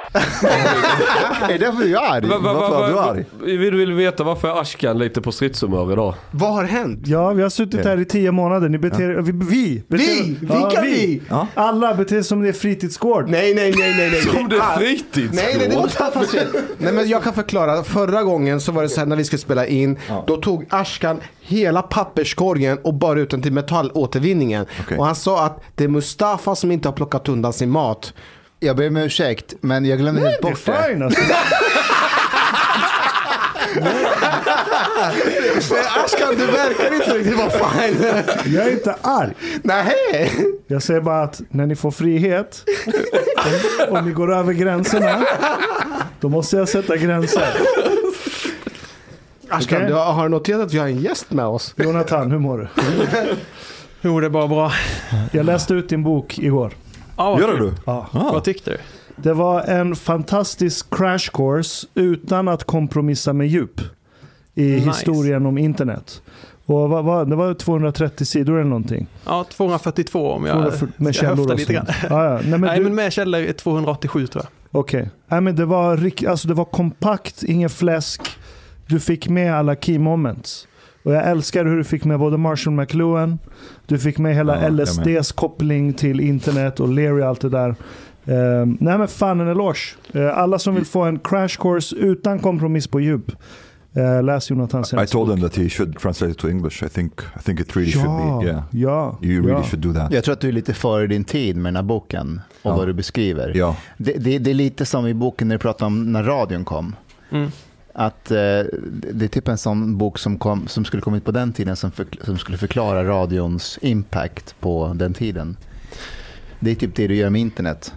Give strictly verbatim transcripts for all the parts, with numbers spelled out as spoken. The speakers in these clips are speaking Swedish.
Är det för jag är arg? Va, va, Varför va, är du va, arg? vi vill, vill veta varför Ashkan lite på stridshumör idag. Vad har hänt? Ja, vi har suttit här i tio månader. Ni beter, ja. vi, vi, beter, Vi? Vilka vi? vi? Ja. Alla beter som det är fritidsgård. Nej, nej, nej, nej, nej. Som det är Ah, fritidsgård. Nej, nej, det var Staffans fel. Nej, men jag kan förklara. Förra gången så var det så här när vi skulle spela in. Ja. Då tog Ashkan hela papperskorgen och bar ut den till metallåtervinningen. Okay. Och han sa att det är Mustafa som inte har plockat undan sin mat. Jag ber om ursäkt, men jag glömde helt bort det. det. Är fine, alltså. Ashkan, du verkar inte riktigt vara fine. Jag är inte arg. Nej. Jag säger bara att när ni får frihet och, och ni går över gränserna, då måste jag sätta gränser. Ashkan, Okay. du har, har du noterat att vi har en gäst med oss? Jonathan, hur mår du? Jo, det är bara bra. Jag läste ut din bok igår. Ja, Gör du? Ja. Ah. Vad tyckte du? Det var en fantastisk crash course utan att kompromissa med djup i Nice. historien om internet. Och vad, vad, det var tvåhundratrettio sidor eller någonting. Ja, tvåhundrafyrtiotvå om jag Med ska källor höfta och lite grann. sånt. Ja, ja. Nej, men Nej, du, men med källor är tvåhundraåttiosju tror jag. Okej. Okay. Nej, men det var rik- alltså det var kompakt, ingen fläsk. Du fick med alla key moments. Och jag älskar hur du fick med både Marshall McLuhan, du fick med hela Ja, L S D:s koppling till internet och Leary och allt det där. Uh, nej men fan en eloge. Uh, alla som vill få en crash course utan kompromiss på djup. Uh, läs Jonathans I told him that he should translate it to English. I think I think it really ja, should be. Yeah. Ja, You really ja. should do that. Jag tror att du är lite före din tid med den här boken och Ja. vad du beskriver. Ja. Det, det, det är lite som i boken när du pratar om när radion kom. Mm. Att eh, det är typ en sån bok som, kom, som skulle kommit på den tiden som, för, som skulle förklara radions impact på den tiden. Det är typ det du gör med internet.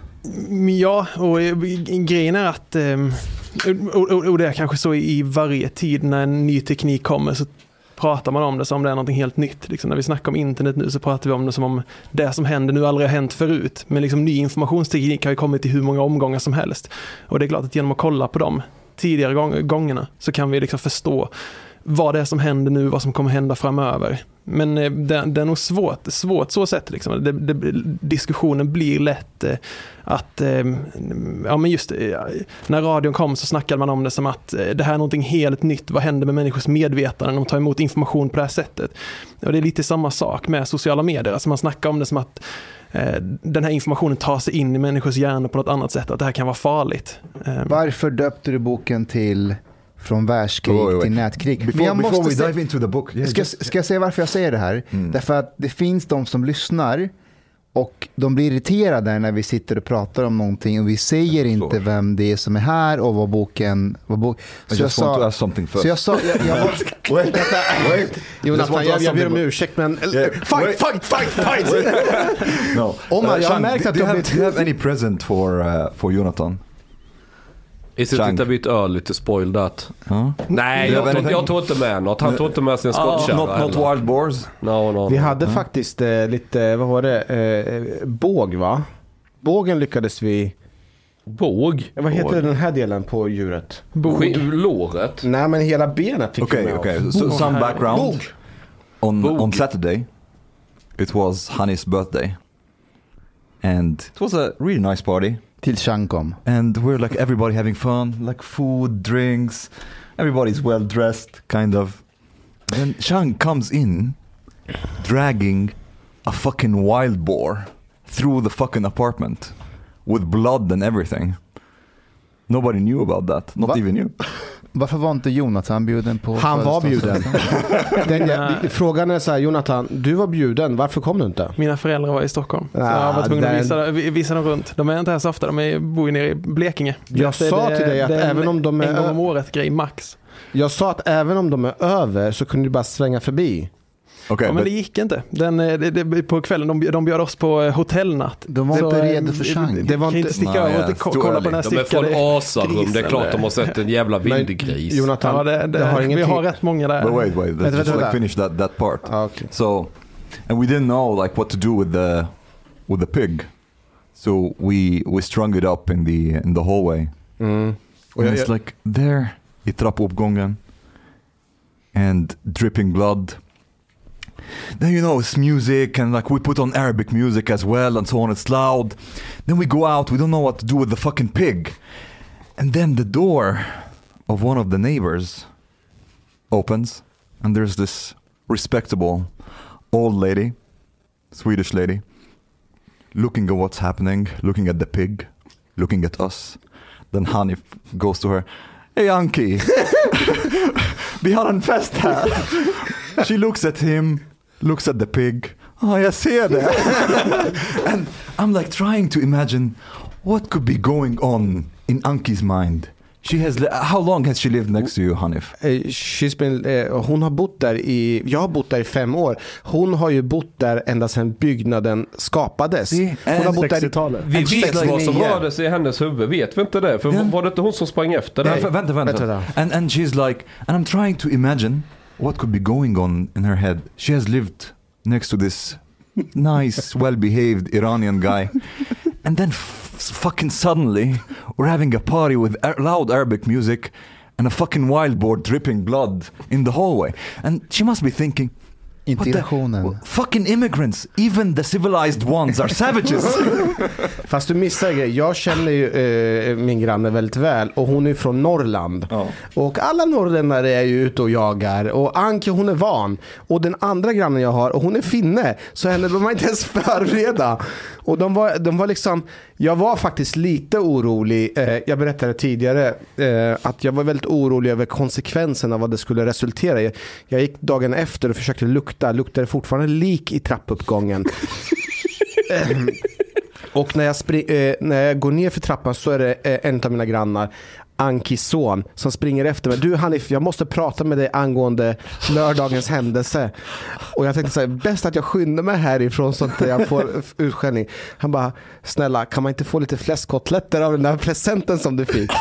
Ja, och eh, grejen är att eh, och, och, och det är kanske så i varje tid när en ny teknik kommer så pratar man om det som om det är något helt nytt. Liksom, när vi snackar om internet nu så pratar vi om det som om det som händer nu aldrig har hänt förut. Men liksom, ny informationsteknik har ju kommit i hur många omgångar som helst. Och det är klart att genom att kolla på dem tidigare gång- gångerna så kan vi liksom förstå vad det är som händer nu, vad som kommer hända framöver. Men eh, det, det är nog svårt, svårt så sätt liksom. Det, det, diskussionen blir lätt eh, att eh, ja men just eh, när radion kom så snackade man om det som att eh, det här är någonting helt nytt. Vad händer med människors medvetande när de tar emot information på det här sättet? Och det är lite samma sak med sociala medier. Alltså man snackar om det som att eh, den här informationen tar sig in i människors hjärnor på något annat sätt. Att det här kan vara farligt. Eh, Varför döpte du boken till Från världskrig Wait, wait. till nätkrig? Before, Men jag before måste we se- dive into the book, yeah, Ska, just- ska jag säga varför jag säger det här? Mm. Därför att det finns de som lyssnar och de blir irriterade när vi sitter och pratar om någonting och vi säger inte förstår. vem det är som är här och vad boken... Vad bok... I just want to ask something first. så jag sa... Jag, jag, Wait, wait. Just Jonathan, want to jag, ask jag ber om something. ursäkt, men... Yeah. Fight, Wait. fight, fight, fight! No. Omar, jag har Sean, märkt do, att do, du you har have, blivit- do you have any present for uh, for Jonathan? Is it Chang. a bit early to spoil that? Huh? Nej, Do you jag, have tog, anything? jag tog inte med något. Han tog inte med sin Uh, skottkärra. not not heller. wild boars. No, no, Vi no. hade faktiskt eh, lite, vad var det? Eh, båg, va? Bågen lyckades vi... Båg? Vad heter Båg. den här delen på djuret? Sk- Låret? Nej, men hela benet fick vi Okay, med okay. oss. So some Bog. background. Bog. On Bog. on Saturday, it was Honey's birthday, and it was a really nice party. till Chang kom. And we're like everybody having fun, like food, drinks, everybody's well dressed, kind of. Then Chang comes in, dragging a fucking wild boar through the fucking apartment with blood and everything. Nobody knew about that, not Va? even you. Varför var inte Jonathan bjuden på? Han var bjuden. Den, Nej. jag, frågan är så här, Jonathan, du var bjuden, varför kom du inte? Mina föräldrar var i Stockholm. Så Ah, jag var tvungen där- att visa, visa dem runt. De är inte här så ofta, de är, bor ju nere i Blekinge. Jag Det- sa det- till dig att det är en- även om de är en gång ö- om året grej max. Jag sa att även om de är över så kunde du bara svänga förbi. Okay, Ja, men but det gick inte. Den, eh, det, det, på kvällen, de, de bjöd oss på eh, hotellnatt. De var Så, inte eh, redo för Chang. Det Det var var inte inte- sticka Nej, över ja, och ko- too kolla på early. den här De är från styckade Asarum. Det är grisen, klart de eller- har sett en jävla vildgris. Jonathan, Ja, det, det, det har vi ingenting. har rätt många där. but wait, wait. Let's Vänta, just vänta, like vänta. finish that that part. Ah, okay. So, and we didn't know like what to do with the with the pig, so we we strung it up in the in the hallway. Mm. Och And jag, it's like there i trappuppgången and dripping blood. then you know it's music, and like we put on Arabic music as well, and so on. It's loud. Then we go out. We don't know what to do with the fucking pig. And then the door of one of the neighbors opens, and there's this respectable old lady, Swedish lady, looking at what's happening, looking at the pig, looking at us. Then Hanif goes to her. Hey Anki, vi har en fest här. She looks at him, looks at the pig. Oh, jag ser det. And I'm like trying to imagine what could be going on in Anki's mind. She has, how long has she lived next to you, Hanif? She's been, eh, hon har bott där i, jag har bott där i fem år. Hon har ju bott där ända sedan byggnaden skapades. Hon har bott där Vi vet vad som rörde sig i hennes huvud, vet vi inte det? För yeah. var det inte hon som sprang efter dig? Nej, vänta, vänta. vänta. And, and she's like, and I'm trying to imagine what could be going on in her head. She has lived next to this nice, well-behaved Iranian guy. And then f- fucking suddenly we're having a party with ar- loud Arabic music and a fucking wild boar dripping blood in the hallway. And she must be thinking, integrationen. Fucking immigrants, even the civilized ones are savages. Fast du missar grej. Jag känner ju eh, min granne väldigt väl, och hon är från Norrland. Ja. Och alla norrländare är ju ute och jagar, och Anke, hon är van. Och den andra grannen jag har, och hon är finne, så henne de var inte ens förbereda. Och de var, de var liksom, jag var faktiskt lite orolig. Eh, jag berättade tidigare eh, att jag var väldigt orolig över konsekvenserna av vad det skulle resultera i. Jag gick dagen efter och försökte lukta, luktade fortfarande lik i trappuppgången. eh, och när jag, spring, eh, när jag går ner för trappan så är det eh, en av mina grannar, Ankis son, som springer efter mig. Du Hanif, jag måste prata med dig angående lördagens händelse. Och jag tänkte så här, bäst att jag skyndar mig härifrån så att jag får utskällning. Han bara, snälla, kan man inte få lite fläskkotletter av den där presenten som du fick?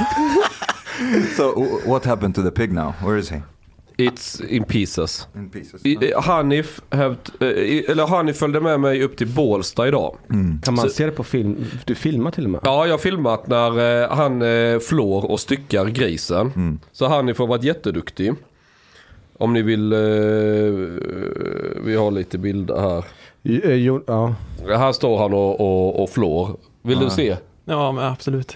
So what happened to the pig now? Where is he? It's in pieces. In pieces. I, Hanif, hävt, eller Hanif följde med mig upp till Bålsta idag. Mm. Kan man så, se det på film? Du filmar till och med? Ja, jag har filmat när eh, han eh, flår och styckar grisen. Mm. Så Hanif har varit jätteduktig. Om ni vill, eh, vi har lite bilder här. Jo, ja. Här står han och, och, och flår. Vill ja. du se? Ja, men absolut.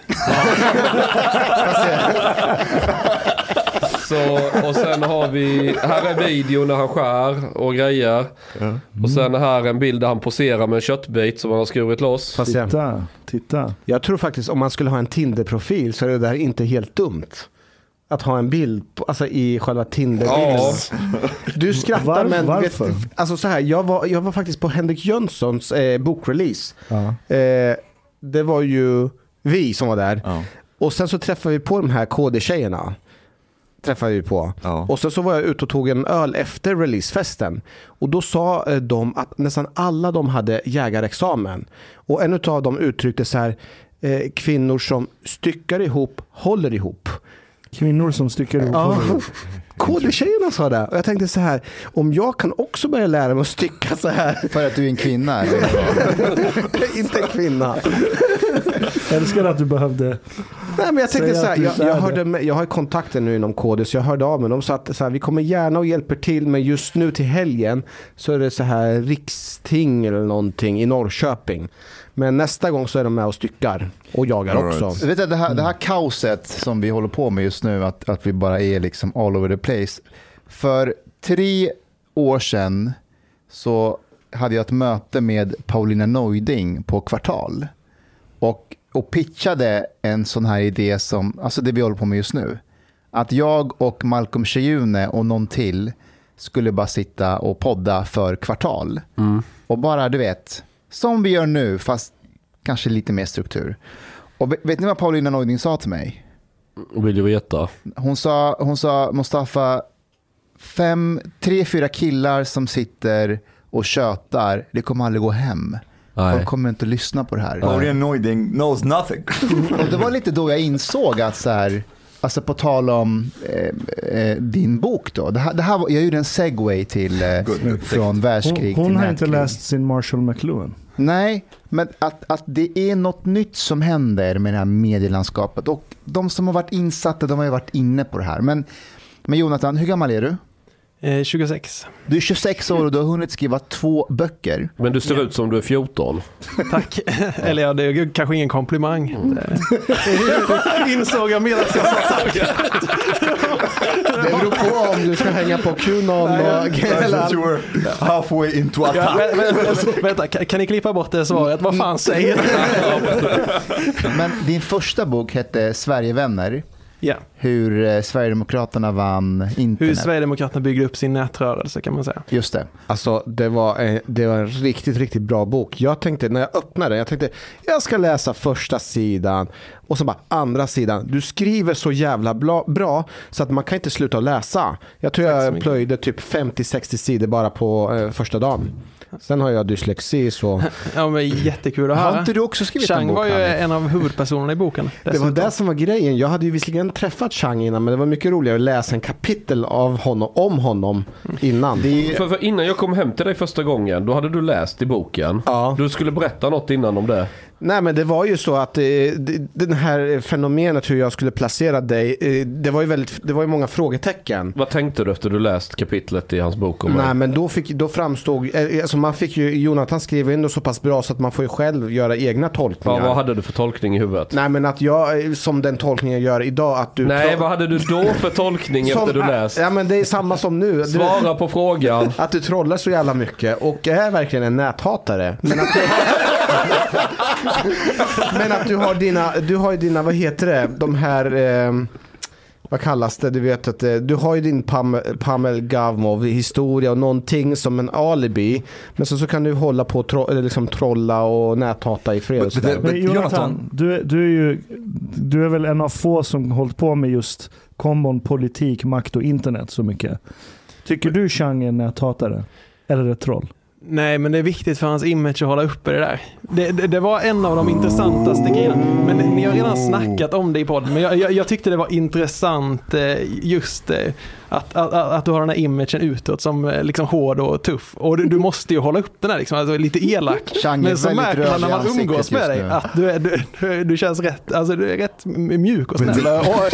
Så, och sen har vi, här är video när han skär och grejer. Mm. Och sen här en bild där han poserar med en köttbit som han har skurit loss. Fast jag, titta, titta. Jag tror faktiskt om man skulle ha en Tinder-profil så är det där inte helt dumt. Att ha en bild på, alltså i själva Tinder-bilden. Ja. Du skrattar, Var, men varför? Vet, alltså så här, jag var, jag var faktiskt på Henrik Jönssons eh, bokrelease. Ja. Eh, det var ju vi som var där. Ja. Och sen så träffade vi på de här K D-tjejerna. Träffade vi på. Ja. Och sen så var jag ute och tog en öl efter releasefesten. Och då sa eh, de att nästan alla de hade jägarexamen. Och en av dem uttryckte så här, eh, kvinnor som styckar ihop, håller ihop. Kvinnor som styckar ihop, ja. håller ihop. K D-tjejerna sa det. Och jag tänkte så här, om jag kan också börja lära mig att stycka så här. För att du är en kvinna? Inte en kvinna. Jag älskar att du behövde. Nej, men jag tänkte så här, jag, jag, hörde med, jag har kontakter nu inom K D, så jag hörde av mig. De sa att så här, vi kommer gärna och hjälper till, men just nu till helgen så är det så här riksting eller någonting i Norrköping. Men nästa gång så är de med och styckar och jagar right. också. Vet du, det här, det här kaoset som vi håller på med just nu, att, att vi bara är liksom all over the place. För tre år sedan så hade jag ett möte med Paulina Neuding på Kvartal. Och, och pitchade en sån här idé som, alltså det vi håller på med just nu. Att jag och Malcolm Shejune och någon till skulle bara sitta och podda för Kvartal. Mm. Och bara, du vet, som vi gör nu, fast kanske lite mer struktur. Och vet, vet ni vad Paulina Neuding sa till mig? Vill du veta? Hon sa, hon sa Mustafa, fem, tre, fyra killar som sitter och tjötar, det kommer aldrig gå hem. Nej. Folk kommer inte att lyssna på det här. Paulina Neuding knows nothing. Och det var lite då jag insåg att så här, alltså på tal om eh, eh, din bok då. Det här, det här var, jag gjorde en segway till eh, good, från världskrig hon, hon till har nätkrig. inte läst sin Marshall McLuhan. Nej, men att, att det är något nytt som händer med det här medielandskapet. Och de som har varit insatta, de har ju varit inne på det här. Men, men Jonathan, hur gammal är du? Eh, tjugosex. Du är tjugosex år och du har hunnit skriva två böcker. Men du ser ut som du är fjorton. Tack. Eller ja, det är kanske ingen komplimang. Mm. Det insåg jag medan jag sa tack. Det beror på om du ska hänga på Qanon och halfway into a ja, vänta, vänta, kan ni klippa bort det svaret? Vad fan säger du? Men din första bok hette Sverigevänner. Ja. Hur eh, Sverigedemokraterna vann internet. Hur Sverigedemokraterna byggde upp sin nätrörelse kan man säga. Just det. Alltså det var, en, det var en riktigt, riktigt bra bok. Jag tänkte, när jag öppnade jag tänkte, jag ska läsa första sidan och så bara andra sidan. Du skriver så jävla bra, bra så att man kan inte sluta att läsa. Jag tror jag plöjde typ femtio sextio sidor bara på eh, första dagen. Sen har jag dyslexi så... Ja, men jättekul att höra. Har inte du också skrivit Chang en bok? var ju Hanif? en av huvudpersonerna i boken. Dessutom. Det var det som var grejen. Jag hade ju visserligen träffat Chang innan, men det var mycket roligare att läsa en kapitel av honom, om honom innan. Det... För, för innan jag kom hem till dig första gången, då hade du läst i boken. Ja. Du skulle berätta något innan om det. Nej, men det var ju så att eh, den här fenomenet hur jag skulle placera dig, eh, det var ju väldigt, det var ju många frågetecken. Vad tänkte du efter du läst kapitlet i hans bok om Nej, mig? men då, fick, då framstod, eh, alltså man fick ju, Jonathan skrev in det så pass bra så att man får ju själv göra egna tolkningar. Ja, vad hade du för tolkning i huvudet? Nej, men att jag, som den tolkningen jag gör idag, att du... Nej, vad hade du då för tolkning som, efter du läst? Ja, men det är samma som nu. Svara på frågan. Att du trollar så jävla mycket och är verkligen en näthatare. Men att du, men att du har dina, du har ju dina, vad heter det, de här, eh, vad kallas det, du vet att eh, du har ju din Pam, Pamel Gavmov historia och någonting som en alibi, men så, så kan du hålla på och tro, eller liksom trolla och näthata i fred och sådär. Men Jonathan, du, du är ju du är väl en av få som hållit på med just kombon politik, makt och internet så mycket. Tycker du Chang är en näthatare? Eller ett troll? Nej, men det är viktigt för hans image att hålla uppe det där. Det, det, det var en av de intressantaste grejerna. Men ni har redan snackat om det i podden. Men jag, jag, jag tyckte det var intressant eh, just eh, att, att, att du har den här imagen utåt som eh, liksom hård och tuff. Och du, du måste ju hålla upp den här liksom, alltså, lite elak. Chang är men så väldigt märker man när man röd i umgås ansiktet med dig just nu. att du, är, du, du, du känns rätt, alltså du är rätt mjuk och snäll.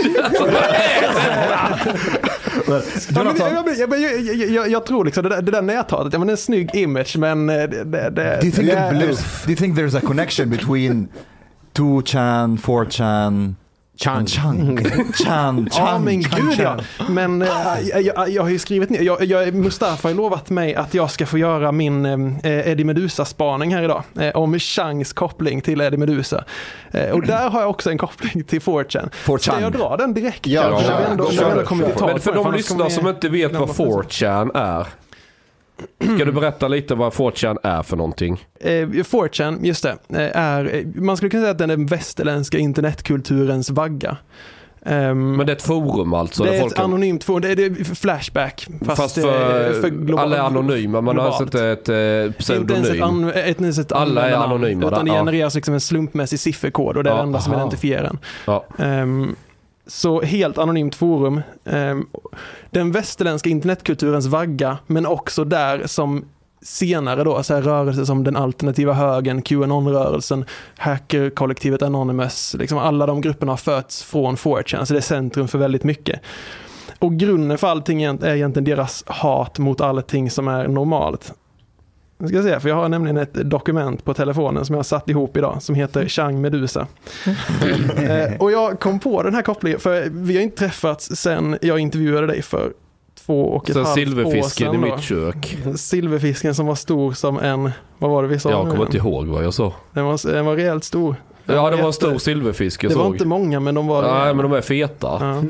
Ja, men, jag, jag, jag, jag, jag tror liksom det där, det där näthatet, ja, men det är en snygg image, men det, det, det, Do you think yeah. there's, do you think there's a connection between two chan, four chan, Chang. Chang, Chan, Ja, Chan, men Chan, gud Chan. ja. Men äh, jag, jag, jag har ju skrivit ner, jag, jag, Mustafa har lovat mig att jag ska få göra min äh, Eddie Meduza-spaning här idag. Äh, om Changs koppling till Eddie Meduza. Äh, och där har jag också en koppling till four chan. Ska jag dra den direkt? Ja, kanske? ja, När vi ändå, ja, när vi ändå ja, kommer ja. till tal Men för på det, de annars lyssnare kommer som vi inte vet vad four chan är, ska du berätta lite vad four chan är för någonting? Eh, four chan, just det, eh, är, man skulle kunna säga att den är den västerländska internetkulturens vagga. Um, Men det är ett forum alltså? det där är folk ett kan... anonymt forum, det är, det är Flashback. Fast, Fast för, för global, alla är anonyma, man har globalt. sett ett eh, pseudonym. Inte ens ett, an, ett, ens ett Alla är anonyma, utan det ja. genereras liksom en slumpmässig sifferkod och det är Ja, det enda som aha. identifierar den. Ja. Um, så helt anonymt forum. Um, den västerländska internetkulturens vagga, men också där som senare då, så här rörelser som den alternativa högen, Qanon-rörelsen, hackerkollektivet Anonymous, liksom alla de grupperna har fötts från four chan, så det är centrum för väldigt mycket. Och grunden för allting är egentligen deras hat mot allting som är normalt. Jag ska se, för jag har nämligen ett dokument på telefonen som jag har satt ihop idag som heter Chang Meduza. eh, och jag kom på den här kopplingen, för vi har inte träffats sen jag intervjuade dig för två och ett Så halvt år silverfisken sedan i då. mitt kök. Silverfisken som var stor som en, vad var det vi sa? Jag nu kommer igen? inte ihåg vad jag sa. Den var, den var rejält stor. Den Ja, det var en jätte- stor silverfisk jag Det såg. var inte många, men de var... Nej, men de är feta. Ja.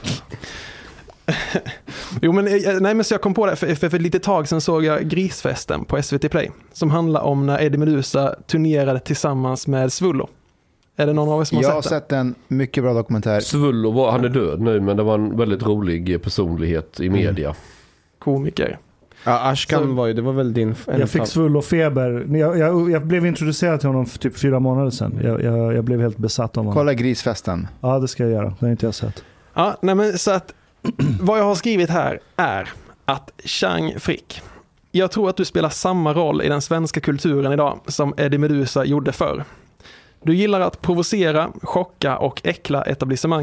Jo, men, eh, nej, men så jag kom på det, för, för, för lite tag sedan såg jag Grisfesten på S V T Play, som handlar om när Eddie Meduza turnerade tillsammans med Svullo. Är det någon av er som har Jag sett har det? sett en mycket bra dokumentär. Svullo var, han är död nu, men det var en väldigt rolig personlighet i media. Komiker. Ja, Ashkan Så- var ju, det var väl din... Jag fick svull och feber. Jag, jag, jag blev introducerad till honom för typ fyra månader sedan. Jag, jag, jag blev helt besatt av honom. Kolla Grisfesten. Ja, det ska jag göra. Det har inte jag sett. Ja, nej, men så att vad jag har skrivit här är att Chang Frick, jag tror att du spelar samma roll i den svenska kulturen idag som Eddie Meduza gjorde förr. Du gillar att provocera, chocka och äckla etablissemanget.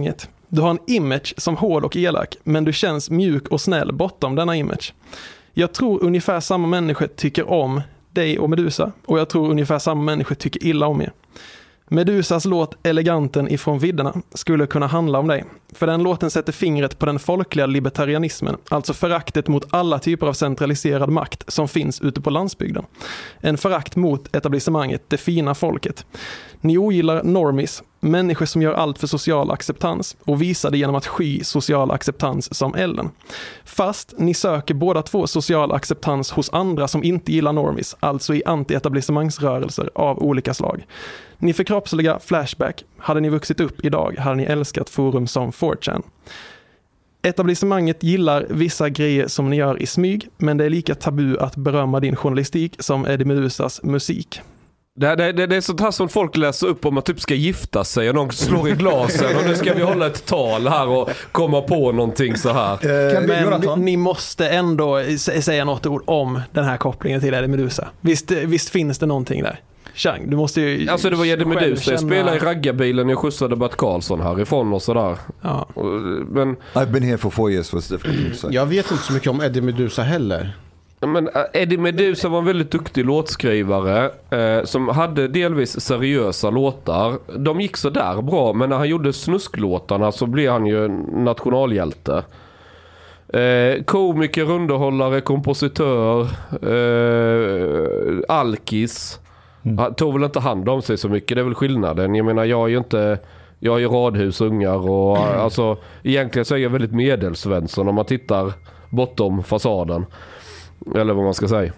Du har en image som hård och elak, men du känns mjuk och snäll bortom denna image. Jag tror ungefär samma människor tycker om dig och Medusa, och jag tror ungefär samma människor tycker illa om er. Medusas låt Eleganten ifrån vidderna skulle kunna handla om dig. För den låten sätter fingret på den folkliga libertarianismen, alltså föraktet mot alla typer av centraliserad makt som finns ute på landsbygden. En förakt mot etablissemanget, det fina folket. Ni ogillar normis, människor som gör allt för social acceptans, och visar det genom att sky social acceptans som elden. Fast ni söker båda två social acceptans hos andra som inte gillar normis, alltså i anti-etablissemangsrörelser av olika slag. Ni förkroppsliga Flashback. Hade ni vuxit upp idag hade ni älskat forum som four chan. Etablissemanget gillar vissa grejer som ni gör i smyg, men det är lika tabu att berömma din journalistik som Eddie Medusas musik. Det, det, det, det är sånt här som folk läser upp om man typ ska gifta sig och någon slår i glasen och nu ska vi hålla ett tal här och komma på någonting så här. Eh, men ni måste ändå säga något ord om den här kopplingen till Eddie Medusa. Visst, visst finns det någonting där? Chang, du måste ju... Alltså det var Eddie Medusa, jag känna... spelade i raggarbilen, jag skjutsade Bert Karlsson härifrån och sådär. Ja. Men... I've been here for four years. Was jag vet inte så mycket om Eddie Medusa heller. Men Eddie Medusa var en väldigt duktig låtskrivare eh, som hade delvis seriösa låtar. De gick så där bra, men när han gjorde snusklåtarna så blev han ju nationalhjälte. Eh, komiker, underhållare, kompositör, eh, alkis. Mm. Han tog väl inte hand om sig så mycket, det är väl skillnaden. Jag menar, jag är ju inte... Jag är ju radhusungar och mm. alltså, egentligen så är jag väldigt medelsvensson om man tittar bortom fasaden. Eller vad man ska säga.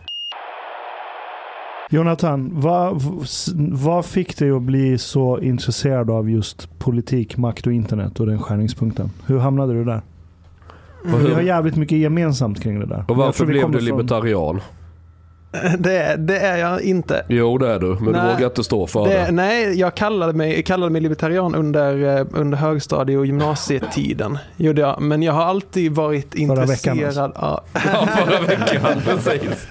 Jonathan, vad, vad fick dig att bli så intresserad av just politik, makt och internet och den skärningspunkten? Hur hamnade du där? Mm. Vi har jävligt mycket gemensamt kring det där. Och varför blev du libertarian? Det, det är jag inte. Jo, det är du, men nej, du vågar inte stå för det. det. Nej, jag kallade mig, kallade mig libertarian under, under högstadie- och gymnasietiden. Gjorde jag, men jag har alltid varit förra intresserad veckan, alltså. av... Ja, förra veckan, precis.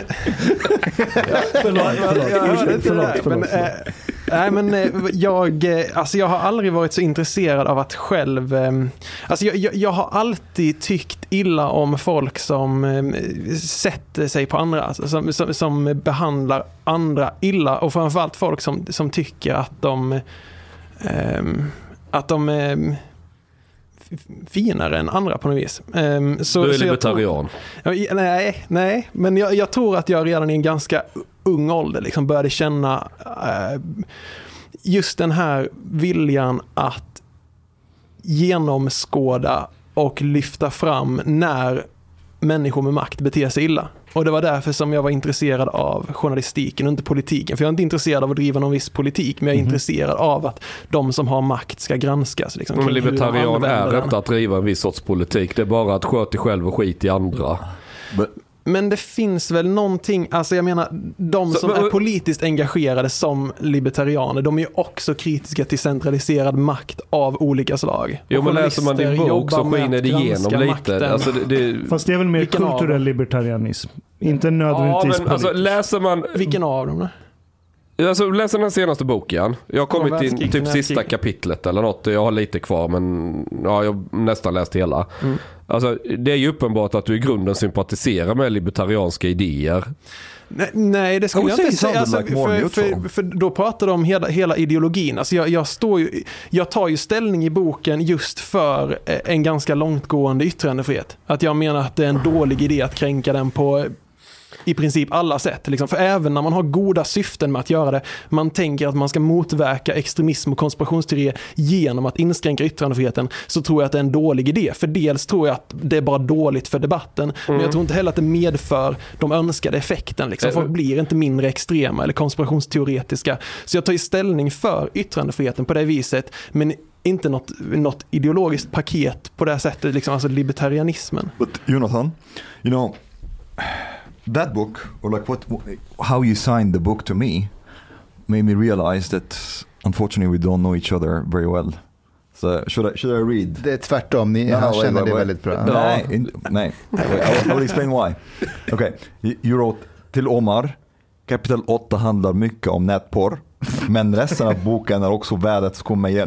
Förlåt, förlåt, förlåt, förlåt. Men, äh, nej, men jag, alltså jag har aldrig varit så intresserad av att själv... Alltså jag, jag, jag har alltid tyckt illa om folk som sätter sig på andra, alltså som, som, som behandlar andra illa, och framförallt folk som, som tycker att de um, att de är finare än andra på något vis. Um, så, du är så libertarian. Jag tror, nej, nej, men jag, jag tror att jag redan i en ganska ung ålder liksom började känna uh, just den här viljan att genomskåda och lyfta fram när människor med makt beter sig illa. Och det var därför som jag var intresserad av journalistiken och inte politiken. För jag är inte intresserad av att driva någon viss politik, men jag är mm. intresserad av att de som har makt ska granskas. Liksom, men libertarian är inte att driva en viss sorts politik. Det är bara att sköta själv och skit i andra. Men, men det finns väl någonting, alltså jag menar, de som så, är politiskt engagerade som libertarianer, de är ju också kritiska till centraliserad makt av olika slag. Jo, men läser man din bok så skiner det igenom lite. Alltså det, det... Fast det är väl mer Vilken kulturell libertarianism. Inte nödvändigtvis ja, men alltså, läser man... Vilken av dem då? Alltså, läser den senaste boken. Jag har kommit till typ sista kapitlet eller något. Jag har lite kvar, men ja, jag har nästan läst hela. Mm. Alltså, det är ju uppenbart att du i grunden sympatiserar med libertarianska idéer. Nej, nej, det skulle jag inte säga. Alltså, like för, för, för då pratar de om hela, hela ideologin. Alltså jag, jag, står ju, jag tar ju ställning i boken just för en ganska långtgående yttrandefrihet. Att jag menar att det är en dålig idé att kränka den på i princip alla sätt. Liksom. För även när man har goda syften med att göra det, man tänker att man ska motverka extremism och konspirationsteorier genom att inskränka yttrandefriheten, så tror jag att det är en dålig idé. För dels tror jag att det är bara dåligt för debatten, mm. men jag tror inte heller att det medför de önskade effekten. Liksom. Folk blir inte mindre extrema eller konspirationsteoretiska. Så jag tar ju ställning för yttrandefriheten på det viset, men inte något, något ideologiskt paket på det sättet, liksom, alltså libertarianismen. But Jonathan, you know, that book, or like what, how you signed the book to me, made me realize that unfortunately we don't know each other very well. So should I should I read? Det är tvärtom, ni no, han no, känner wait, det wait, väldigt bra. Nej, in, nej. I will, I will explain why. Okay, you wrote till Omar. Kapitel åtta handlar mycket om nätporr, men resten av boken är också värd att komma igenom.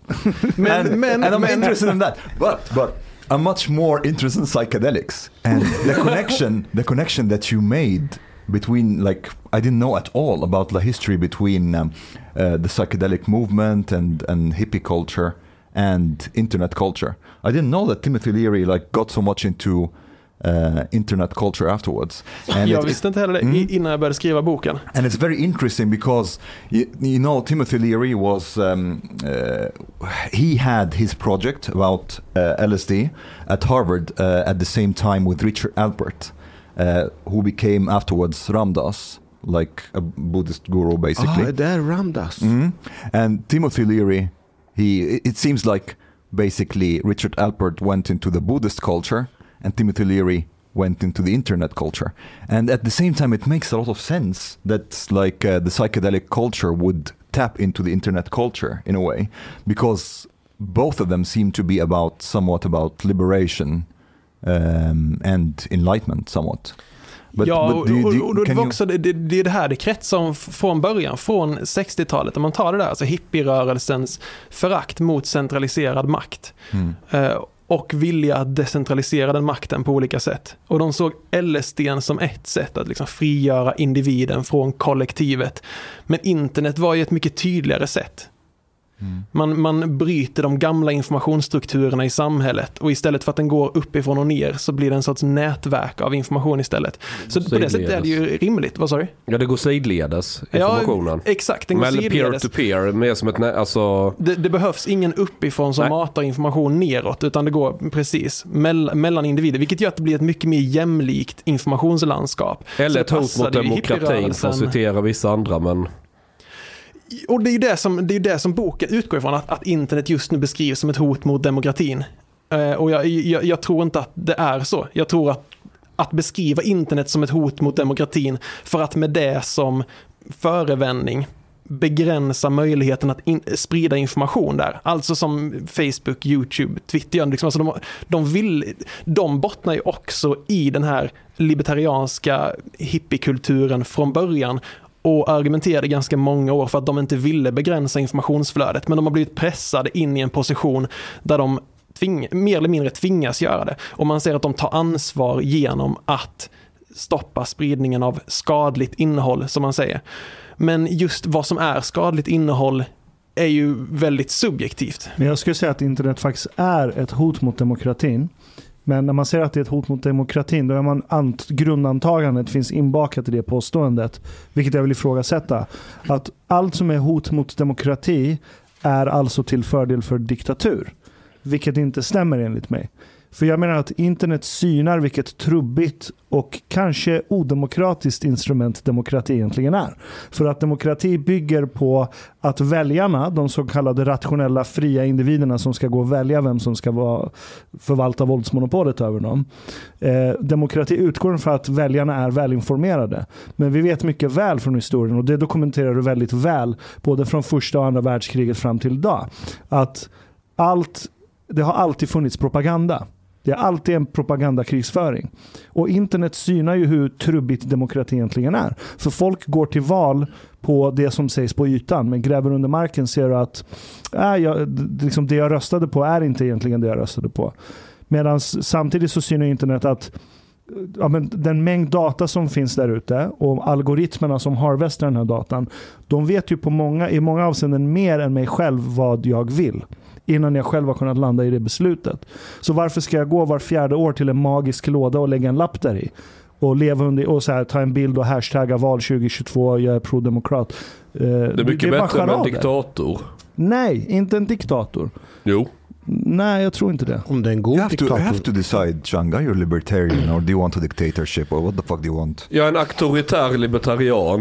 Men, and, men, and I'm men, interested in that. But but I'm much more interested in psychedelics and the connection the connection that you made between, like, I didn't know at all about the history between um, uh, the psychedelic movement and and hippie culture and internet culture. I didn't know that Timothy Leary like got so much into uh, internet culture afterwards. And jag it, visste inte heller det mm. innan jag började skriva boken. And it's very interesting because you, you know Timothy Leary was um, uh, he had his project about uh, L S D at Harvard uh, at the same time with Richard Alpert, uh, who became afterwards Ram Dass, like a Buddhist guru basically. Ah, det är Ram Dass. Mm. And Timothy Leary, he it seems like basically Richard Alpert went into the Buddhist culture and Timothy Leary went into the internet culture. And at the same time, it makes a lot of sense that like uh, the psychedelic culture would tap into the internet culture in a way, because both of them seem to be about somewhat about liberation um, and enlightenment somewhat. But, ja, och, do, do, och, och det var också det, det är det här det kretsar om från början, från sextiotalet, om man tar det där, alltså hippierörelsens förakt mot centraliserad makt. Mm. Uh, och vilja att decentralisera den makten på olika sätt. Och de såg L S D som ett sätt att liksom frigöra individen från kollektivet. Men internet var ju ett mycket tydligare sätt. Mm. Man, man bryter de gamla informationsstrukturerna i samhället, och istället för att den går uppifrån och ner så blir det en sorts nätverk av information istället. Så på det sättet är det ju rimligt. Vad sa du? Ja, det går sidledes, informationen. Ja, exakt. Den går sidledes. Peer-to-peer, mer som ett nä- alltså... det, det behövs ingen uppifrån som Nej. matar information neråt, utan det går precis mell- mellan individer, vilket gör att det blir ett mycket mer jämlikt informationslandskap. Eller ett hot mot demokratin, för att citera vissa andra, men... Och det är ju det som, det är det som boken utgår ifrån, att, att internet just nu beskrivs som ett hot mot demokratin. Uh, och jag, jag, jag tror inte att det är så. Jag tror att, att beskriva internet som ett hot mot demokratin för att med det som förevändning begränsa möjligheten att in, sprida information där. Alltså som Facebook, YouTube, Twitter. Liksom. Alltså de, de, vill, de bottnar ju också i den här libertarianska hippiekulturen från början, och argumenterade ganska många år för att de inte ville begränsa informationsflödet, men de har blivit pressade in i en position där de tving, mer eller mindre tvingas göra det. Och man ser att de tar ansvar genom att stoppa spridningen av skadligt innehåll, som man säger. Men just vad som är skadligt innehåll är ju väldigt subjektivt. Men jag skulle säga att internet faktiskt är ett hot mot demokratin. Men när man säger att det är ett hot mot demokratin, då är man ant- grundantagandet finns inbakat i det påståendet, vilket jag vill ifrågasätta. Att allt som är hot mot demokrati är alltså till fördel för diktatur. Vilket inte stämmer enligt mig. För jag menar att internet synar vilket trubbigt och kanske odemokratiskt instrument demokrati egentligen är. För att demokrati bygger på att väljarna, de så kallade rationella fria individerna som ska gå och välja vem som ska vara, förvalta våldsmonopolet över dem. Eh, demokrati utgår från att väljarna är välinformerade. Men vi vet mycket väl från historien, och det dokumenterar du väldigt väl, både från första och andra världskriget fram till idag, att allt, det har alltid funnits propaganda. Det är alltid en propagandakrigsföring. Och internet synar ju hur trubbigt demokrati egentligen är. För folk går till val på det som sägs på ytan, men gräver under marken ser du att äh, jag, liksom det jag röstade på är inte egentligen det jag röstade på. Medan samtidigt så synar internet att ja, men den mängd data som finns där ute och algoritmerna som harvestar den här datan, de vet ju på många, i många avseenden mer än mig själv vad jag vill, innan jag själv har kunnat landa i det beslutet. Så varför ska jag gå var fjärde år till en magisk låda och lägga en lapp där i? Och leva under, och så här, ta en bild och hashtagga val tjugo tjugotvå och jag är pro-demokrat. Det är mycket det är bättre än en diktator. Nej, inte en diktator. Jo. Nej, jag tror inte det. Om det är en god you have diktator. To, you have to decide, Changa, you're libertarian or do you want a dictatorship or what the fuck do you want? Jag är en auktoritär libertarian.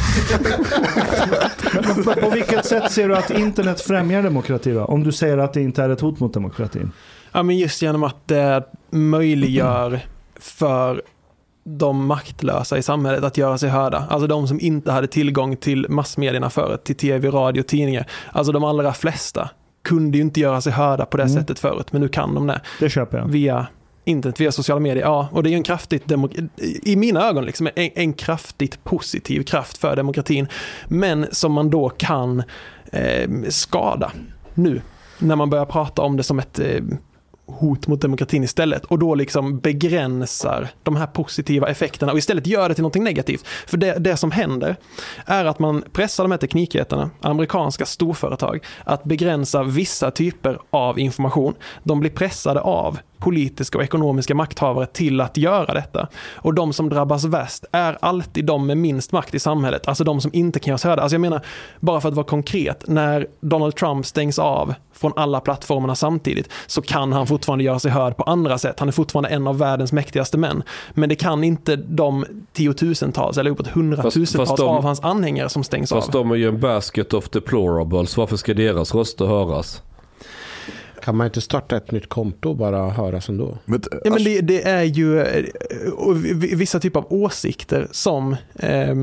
på, på vilket sätt ser du att internet främjar demokrati då? Om du säger att det inte är ett hot mot demokratin. Ja, men just genom att det möjliggör för de maktlösa i samhället att göra sig hörda. Alltså de som inte hade tillgång till massmedierna förut, till tv, radio, tidningar. Alltså de allra flesta kunde ju inte göra sig hörda på det mm. sättet förut, men nu kan de det. Det köper jag. Via internet, via sociala medier. Ja, och det är ju en kraftigt demok- i mina ögon liksom en, en kraftigt positiv kraft för demokratin, men som man då kan eh, skada nu. när man börjar prata om det som ett eh, hot mot demokratin istället och då liksom begränsar de här positiva effekterna och istället gör det till något negativt. För det, det som händer är att man pressar de här teknikjättarna, amerikanska storföretag, att begränsa vissa typer av information. De blir pressade av politiska och ekonomiska makthavare till att göra detta. Och de som drabbas värst är alltid de med minst makt i samhället. Alltså de som inte kan göras hörda. Alltså jag menar, bara för att vara konkret, när Donald Trump stängs av från alla plattformarna samtidigt så kan han fortfarande göra sig hörd på andra sätt. Han är fortfarande en av världens mäktigaste män. Men det kan inte de tiotusentals eller uppåt hundratusentals fast, fast de, av hans anhängare som stängs fast av. Fast de är ju en basket of deplorables. Varför ska deras röster höras? Kan man inte starta ett nytt konto och bara höras ändå? Men, ja, men det, det är ju vissa typer av åsikter som, eh,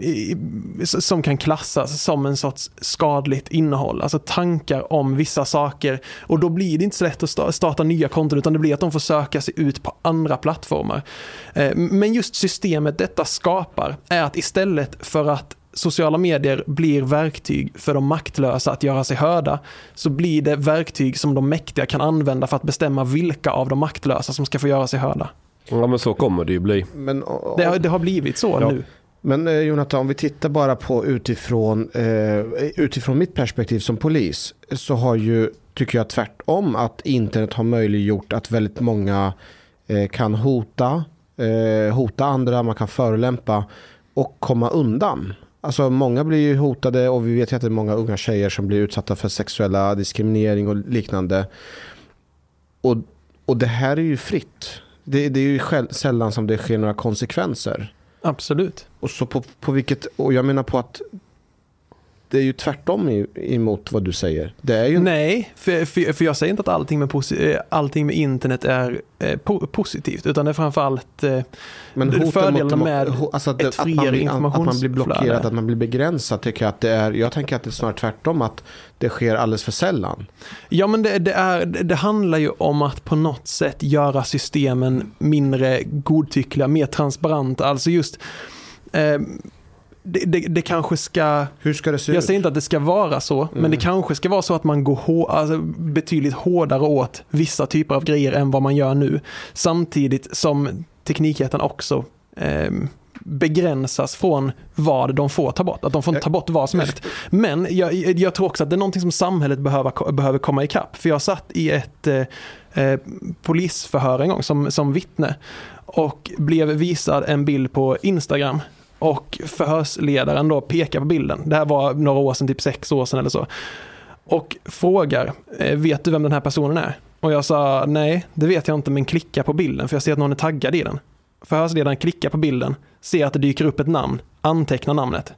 som kan klassas som en sorts skadligt innehåll. Alltså tankar om vissa saker. Och då blir det inte så lätt att starta nya konton utan det blir att de får söka sig ut på andra plattformar. Eh, men just systemet detta skapar är att istället för att sociala medier blir verktyg för de maktlösa att göra sig hörda så blir det verktyg som de mäktiga kan använda för att bestämma vilka av de maktlösa som ska få göra sig hörda. Ja, men så kommer det ju bli. Men, och, det, har, det har blivit så ja. nu. Men eh, Jonathan, om vi tittar bara på utifrån, eh, utifrån mitt perspektiv som polis så har ju, tycker jag tvärtom att internet har möjliggjort att väldigt många eh, kan hota, eh, hota andra, man kan förolämpa och komma undan. Alltså många blir ju hotade och vi vet ju att det är många unga tjejer som blir utsatta för sexuella diskriminering och liknande. Och, och det här är ju fritt. Det, det är ju själv, sällan som det sker några konsekvenser. Absolut. Och så på, på vilket, och jag menar på att det är ju tvärtom i, emot vad du säger. Det är ju... Nej, för, för, för jag säger inte att allting med, posi- allting med internet är eh, po- positivt, utan det är framförallt eh, men fördelarna med alltså att, ett friare informationsflöde. Att man blir blockerad, att man blir begränsad tycker jag att det är, jag tänker att det är snarare tvärtom att det sker alldeles för sällan. Ja, men det, det, är, det handlar ju om att på något sätt göra systemen mindre godtyckliga, mer transparenta, alltså just eh, Det, det, det kanske ska... Hur ska det se Jag ut? säger inte att det ska vara så, mm. men det kanske ska vara så att man går hår, alltså betydligt hårdare åt vissa typer av grejer än vad man gör nu. Samtidigt som teknikjätten också eh, begränsas från vad de får ta bort. Att de får ta bort vad som helst. Men jag, jag tror också att det är någonting som samhället behöver, behöver komma ikapp. För jag satt i ett eh, polisförhör en gång som, som vittne och blev visad en bild på Instagram. Och förhörsledaren då pekar på bilden. Det här var några år sedan, typ sex år sedan eller så. Och frågar, vet du vem den här personen är? Och jag sa, nej, det vet jag inte, men klicka på bilden för jag ser att någon är taggad i den. Förhörsledaren klickar på bilden, ser att det dyker upp ett namn, antecknar namnet.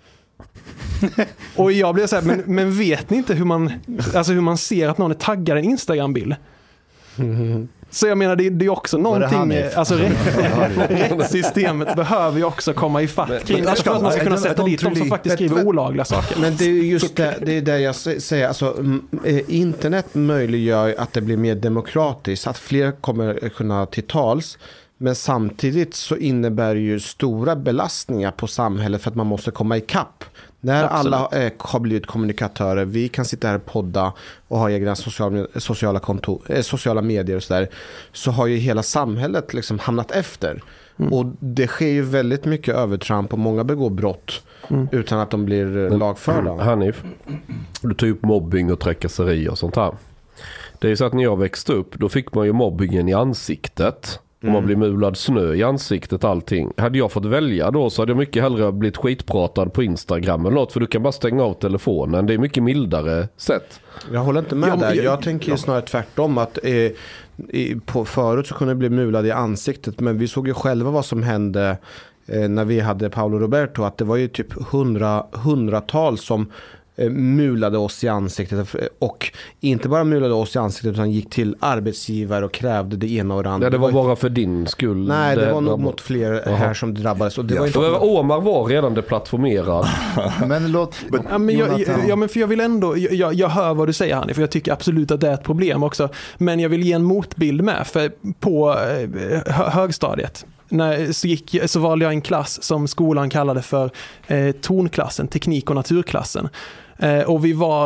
Och jag blev så här, men, men vet ni inte hur man, alltså hur man ser att någon är taggad i en Instagram-bild? Så jag menar, det, det är också någonting, alltså rättssystemet behöver ju också komma i fatt kring, alltså för att man ska kunna sätta dit de som faktiskt skriver olagliga saker. Men det är just det, det är det jag säger, alltså internet möjliggör att det blir mer demokratiskt, att fler kommer kunna till tals. Men samtidigt så innebär det ju stora belastningar på samhället för att man måste komma i kapp. När Absolut. alla eh, har blivit kommunikatörer, vi kan sitta här och podda och ha egna sociala, sociala, kontor, eh, sociala medier och sådär, så har ju hela samhället liksom hamnat efter. Mm. Och det sker ju väldigt mycket övertramp och många begår brott mm. utan att de blir Men, lagförda. Hanif, du tar upp mobbing och trakasserier och sånt här. Det är ju så att när jag växte upp, då fick man ju mobbingen i ansiktet. Om man blir mulad snö i ansiktet, allting. Hade jag fått välja då så hade jag mycket hellre blivit skitpratad på Instagram eller något, för du kan bara stänga av telefonen. Det är mycket mildare sätt. Jag håller inte med ja, där. Jag, jag tänker ju snarare tvärtom att eh, i, på förut så kunde jag bli mulad i ansiktet, men vi såg ju själva vad som hände eh, när vi hade Paolo Roberto, att det var ju typ hundra, hundratals som mulade oss i ansiktet, och inte bara mulade oss i ansiktet utan gick till arbetsgivare och krävde det ena och det andra. Ja, det var bara för din skull. Nej, det, det var nog mot fler Aha. här som drabbades. Och det ja, var inte för Omar var redan deplattformerad. Men låt... ja, men jag, ja, men för jag vill ändå, jag, jag hör vad du säger, Hanni, för jag tycker absolut att det är ett problem också. Men jag vill ge en motbild med, för på eh, högstadiet när, så, gick, så valde jag en klass som skolan kallade för eh, tonklassen, teknik- och naturklassen. Eh, och vi var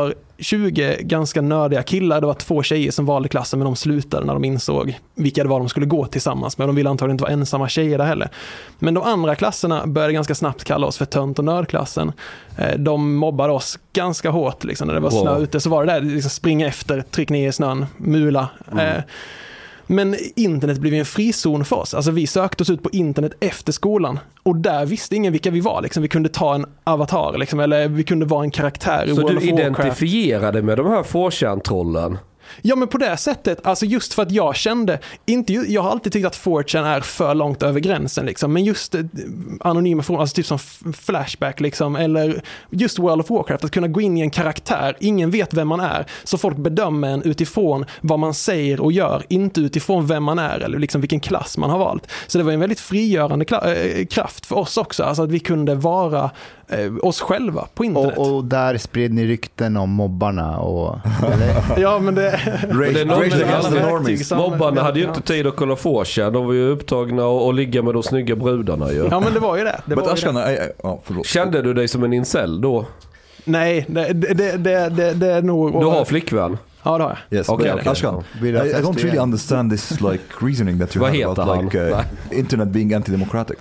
tjugo ganska nördiga killar. Det var två tjejer som valde klassen, men de slutade när de insåg vilka det var de skulle gå tillsammans med. De ville antagligen inte vara ensamma tjejer där heller. Men de andra klasserna började ganska snabbt kalla oss för tönt- och nördklassen. De mobbade oss ganska hårt. Liksom. När det var snö wow. ute så var det där, liksom, springa efter, tryck ner i snön, mula. Mm. Men internet blev en frizon för oss. Alltså vi sökte oss ut på internet efter skolan. Och där visste ingen vilka vi var. Liksom. Vi kunde ta en avatar. Liksom, eller vi kunde vara en karaktär i Så World du of Warcraft. identifierade med de här four chan-trollen? Ja, men på det sättet, alltså just för att jag kände, inte, jag har alltid tyckt att four chan är för långt över gränsen liksom, men just eh, anonyma forum, alltså typ som Flashback liksom, eller just World of Warcraft, att kunna gå in i en karaktär, ingen vet vem man är, så folk bedömer en utifrån vad man säger och gör, inte utifrån vem man är eller liksom vilken klass man har valt. Så det var en väldigt frigörande kla- äh, kraft för oss också, alltså att vi kunde vara eh, oss själva på internet. Och, och där spred ni rykten om mobbarna och... Eller? Ja, men det... Mobbarna hade ju inte tid att kolla four chan. De var ju upptagna och, och ligga med de snygga brudarna ju. Ja, men det var ju det, det, var ju Ashkan, det. I, I, oh, Kände du dig som en incel då? Nej, det, det, det, det, det är nog... Du har flickvän? Ja, det har jag. Yes, okay, but okay. Ashkan, I, I don't really understand this like reasoning that you have about like uh, internet being anti-democratic.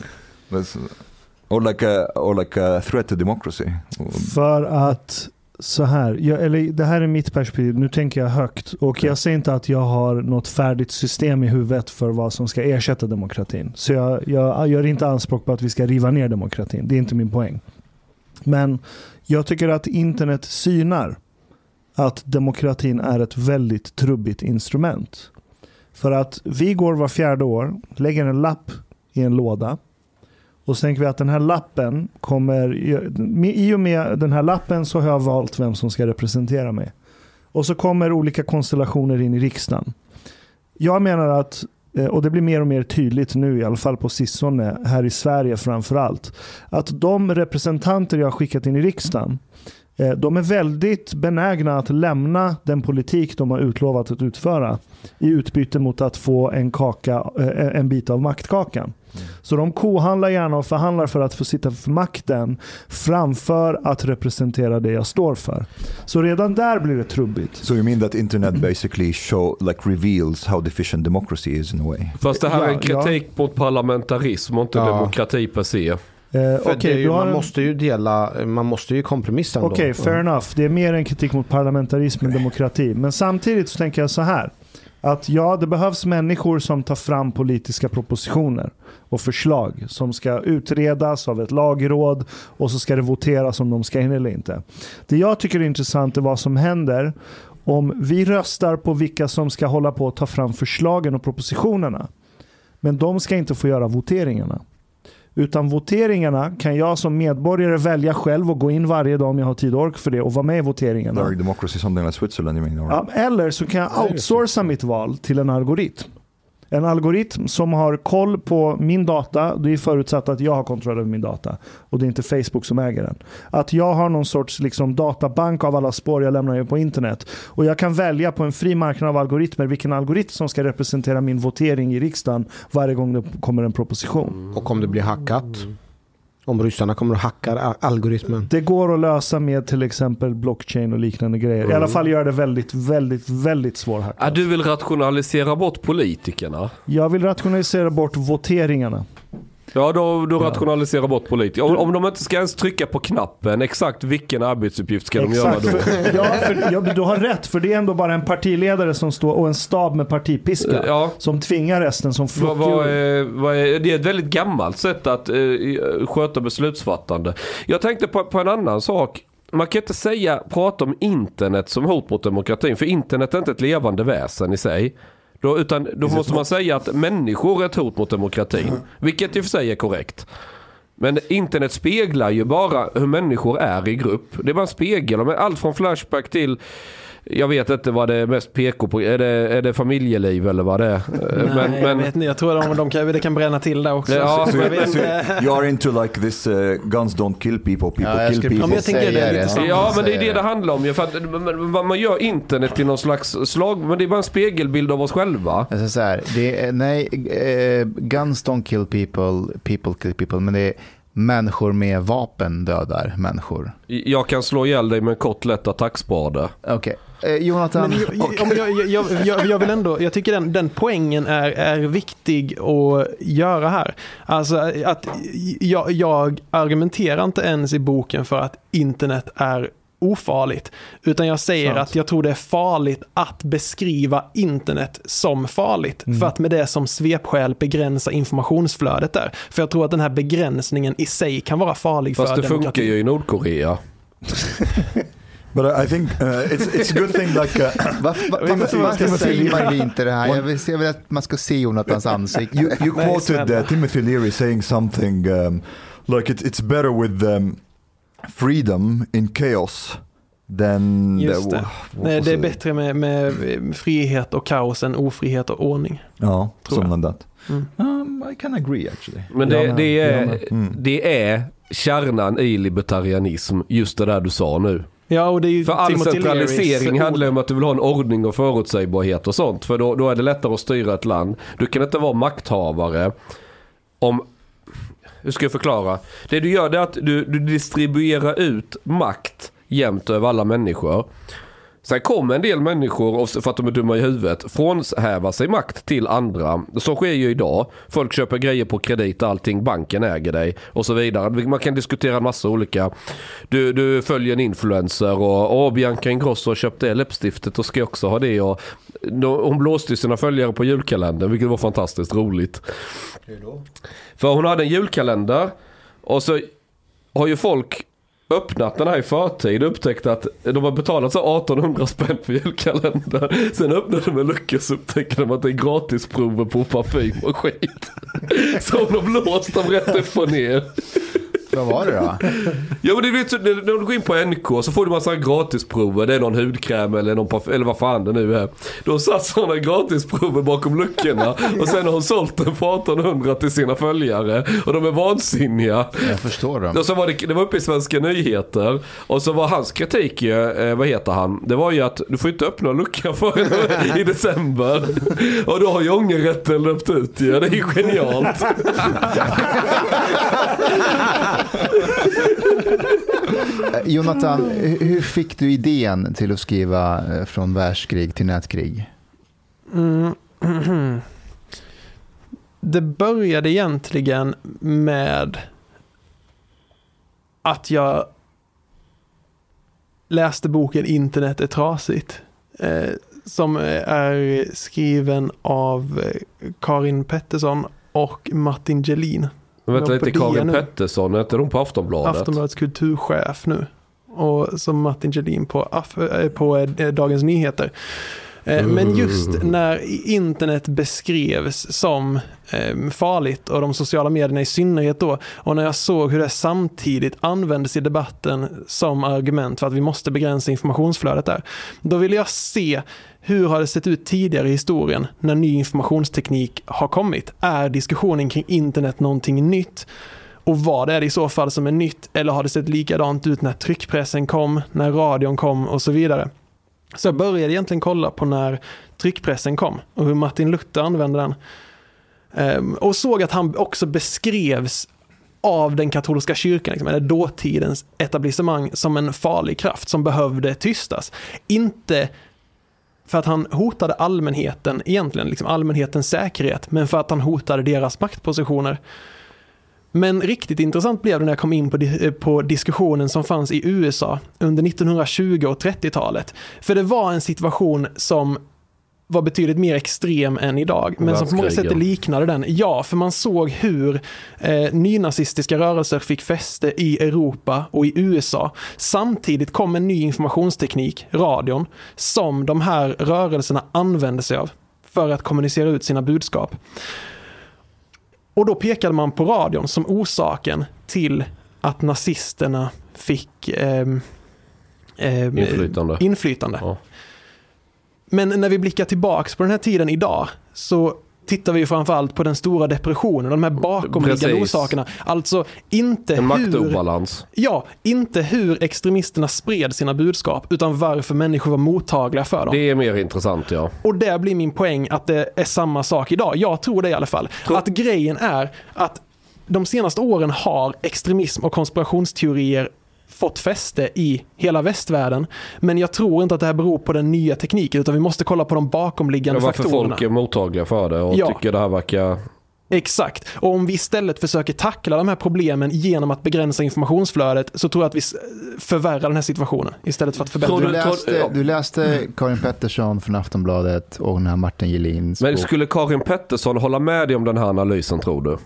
Or like a, or like a threat to democracy. För att så här, jag, eller det här är mitt perspektiv, nu tänker jag högt och okay. jag säger inte att jag har något färdigt system i huvudet för vad som ska ersätta demokratin. Så jag, jag gör inte anspråk på att vi ska riva ner demokratin, det är inte min poäng. Men jag tycker att internet synar att demokratin är ett väldigt trubbigt instrument. För att vi går var fjärde år, lägger en lapp i en låda. Och så tänker vi att den här lappen kommer, i och med den här lappen så har jag valt vem som ska representera mig. Och så kommer olika konstellationer in i riksdagen. Jag menar att, och det blir mer och mer tydligt nu i alla fall på sistone, här i Sverige framförallt, att de representanter jag har skickat in i riksdagen, de är väldigt benägna att lämna den politik de har utlovat att utföra i utbyte mot att få en kaka, en bit av maktkakan. Mm. Så de kohandlar gärna och förhandlar för att få sitta för makten framför att representera det jag står för. Så redan där blir det trubbigt. So you mean that internet basically show, like reveals how deficient democracy is in a way? Fast det här ja, är en kritik ja. mot parlamentarism och inte ja. demokrati per se. Eh, okay, ju, man en... måste ju dela, man måste ju kompromissa ändå. Okej, okay, fair mm. enough. Det är mer en kritik mot parlamentarism än demokrati. Men samtidigt så tänker jag så här. Att ja, det behövs människor som tar fram politiska propositioner och förslag som ska utredas av ett lagråd och så ska det voteras om de ska in eller inte. Det jag tycker är intressant är vad som händer om vi röstar på vilka som ska hålla på att ta fram förslagen och propositionerna. Men de ska inte få göra voteringarna. Utan voteringarna kan jag som medborgare välja själv och gå in varje dag om jag har tid och ork för det och vara med i voteringarna. Direct democracy, something like Switzerland, you mean? Ja, eller så kan jag outsourca mitt val till en algoritm. En algoritm som har koll på min data, det är förutsatt att jag har kontroll över min data och det är inte Facebook som äger den. Att jag har någon sorts liksom, databank av alla spår jag lämnar på internet och jag kan välja på en fri marknad av algoritmer vilken algoritm som ska representera min votering i riksdagen varje gång det kommer en proposition. Och om det blir hackat? Om ryssarna kommer att hacka algoritmen. Det går att lösa med till exempel blockchain och liknande grejer. Mm. I alla fall gör det väldigt, väldigt, väldigt svårhackat. Ja, du vill rationalisera bort politikerna? Jag vill rationalisera bort voteringarna. Ja, då, då ja. rationaliserar bort politiker. Om, om de inte ska ens trycka på knappen, exakt vilken arbetsuppgift ska exakt. de göra då? ja, för, ja, du har rätt, för det är ändå bara en partiledare som står och en stab med partipiska ja. som tvingar resten som vad, vad är, vad är, det är ett väldigt gammalt sätt att uh, sköta beslutsfattande. Jag tänkte på, på en annan sak. Man kan inte säga, prata om internet som hot mot demokratin, för internet är inte ett levande väsen i sig. Då, utan då måste man säga att människor är ett hot mot demokratin. Mm. Vilket i för sig är korrekt. Men internet speglar ju bara hur människor är i grupp. Det är bara en spegel. Allt från Flashback till... Jag vet inte vad det är mest P K på. Är det, är det familjeliv eller vad det är? Nej, men, men, jag vet inte. Jag tror att de, de kan, det kan bränna till där också. Ja, så, so, so you are into like this uh, guns don't kill people, people ja, kill people. Ja, men jag tänker det är lite samma. Ja, men det är det det handlar om. För att man, man gör internet till någon slags slag, men det är bara en spegelbild av oss själva. Alltså så här, det är, nej, uh, guns don't kill people, people kill people, men det är människor med vapen dödar människor. Jag kan slå ihjäl dig med en kort lätt attackspade. Okej. Okay. Eh, Jonathan. Men jag, jag, jag, jag, jag, jag vill ändå, jag tycker den, den poängen är, är viktig att göra här. Alltså att jag, jag argumenterar inte ens i boken för att internet är ofarligt, utan jag säger Sant. att jag tror det är farligt att beskriva internet som farligt, mm. för att med det som svepskäl begränsa informationsflödet där. För jag tror att den här begränsningen i sig kan vara farlig. Fast för det demokrati. Funkar ju i Nordkorea. But I think uh, it's it's a good thing like uh, varför varför varför säger man inte det här? Jag vill se att man ska se Jonathans ansikte. You, you quoted uh, Timothy Leary saying something um, like it's it's better with um, freedom in chaos than Just det. Nej, det är bättre med, med frihet och kaos än ofrihet och ordning. Ja, something like that. Mm. Um, I can agree actually. Men det, ja, det är mm. det är kärnan i libertarianism, just det där du sa nu. Ja, och det är ju för all centralisering handlar om att du vill ha en ordning och förutsägbarhet och sånt. För då, då är det lättare att styra ett land. Du kan inte vara makthavare om... Hur ska jag förklara? Det du gör är att du, du distribuerar ut makt jämnt över alla människor. Sen kommer en del människor, för att de är dumma i huvudet, frånhäva sig makt till andra. Så sker ju idag. Folk köper grejer på kredit, allting, banken äger dig och så vidare. Man kan diskutera en massa olika. Du, du följer en influencer och åh, Bianca Ingrosso köpte det läppstiftet och ska också ha det. Och hon blåste sina följare på julkalendern, vilket var fantastiskt roligt. Hur då? För hon hade en julkalender och så har ju folk öppnat den här i förtid och upptäckt att de har betalat så artonhundra spänn för julkalendern. Sen öppnade de en lucka så upptäckte de att det är gratisprover på parfym och skit. Så de har blåst dem rätt upp och ner. Vad var det då? Ja, men du vet, när du går in på N K så får du massa gratisprover. Det är någon hudkräm eller någon parfym, eller vad fan det nu är. Då satt sådana gratisprover bakom luckorna. Och sen har hon sålt den för artonhundra till sina följare. Och de är vansinniga. Jag förstår dem. Och så var det, det var uppe i Svenska nyheter. Och så var hans kritik, eh, vad heter han? Det var ju att du får inte öppna luckan för i december. Och då har ju ångerrätten löpt ut. Ja, det är ju genialt. Jonathan, hur fick du idén till att skriva Från världskrig till nätkrig? Mm. Mm. Det började egentligen med att jag läste boken Internet är trasigt, eh, som är skriven av Karin Pettersson och Martin Gelin. Men vänta lite, Karin Pettersson, är hon på Aftonbladet? Aftonbladets kulturchef nu. Och som Martin Gelin på, på Dagens Nyheter. Men just när internet beskrevs som farligt och de sociala medierna i synnerhet då, och när jag såg hur det samtidigt användes i debatten som argument för att vi måste begränsa informationsflödet där, då ville jag se hur har det sett ut tidigare i historien när ny informationsteknik har kommit. Är diskussionen kring internet någonting nytt? Och vad är det i så fall som är nytt? Eller har det sett likadant ut när tryckpressen kom, när radion kom och så vidare? Så jag började egentligen kolla på när tryckpressen kom och hur Martin Luther använde den. Ehm, och såg att han också beskrevs av den katolska kyrkan, liksom, eller dåtidens etablissemang, som en farlig kraft som behövde tystas. Inte för att han hotade allmänheten, egentligen liksom allmänhetens säkerhet, men för att han hotade deras maktpositioner. Men riktigt intressant blev det när jag kom in på, på diskussionen som fanns i U S A under nittonhundratjugo- och trettiotalet. För det var en situation som var betydligt mer extrem än idag, men som på många sätt liknade den. Ja, för man såg hur eh, nynazistiska rörelser fick fäste i Europa och i U S A. Samtidigt kom en ny informationsteknik, radion, som de här rörelserna använde sig av för att kommunicera ut sina budskap. Och då pekade man på radion som orsaken till att nazisterna fick eh, eh, inflytande. inflytande. Ja. Men när vi blickar tillbaks på den här tiden idag så tittar vi framförallt på den stora depressionen, de här bakomliggande orsakerna. Alltså inte en hur, maktobalans. Ja, inte hur extremisterna spred sina budskap, utan varför människor var mottagliga för dem. Det är mer intressant, ja. Och där blir min poäng att det är samma sak idag. Jag tror det i alla fall. Tror... Att grejen är att de senaste åren har extremism och konspirationsteorier fått fäste i hela västvärlden. Men jag tror inte att det här beror på den nya tekniken, utan vi måste kolla på de bakomliggande ja, varför faktorerna. Varför folk är mottagliga för det och ja. tycker det här verkar... Exakt. Och om vi istället försöker tackla de här problemen genom att begränsa informationsflödet, så tror jag att vi förvärrar den här situationen istället för att förbättra. Du läste, du läste Karin Pettersson från Aftonbladet och den här Martin Gelins Men bok. Skulle Karin Pettersson hålla med dig om den här analysen, tror du?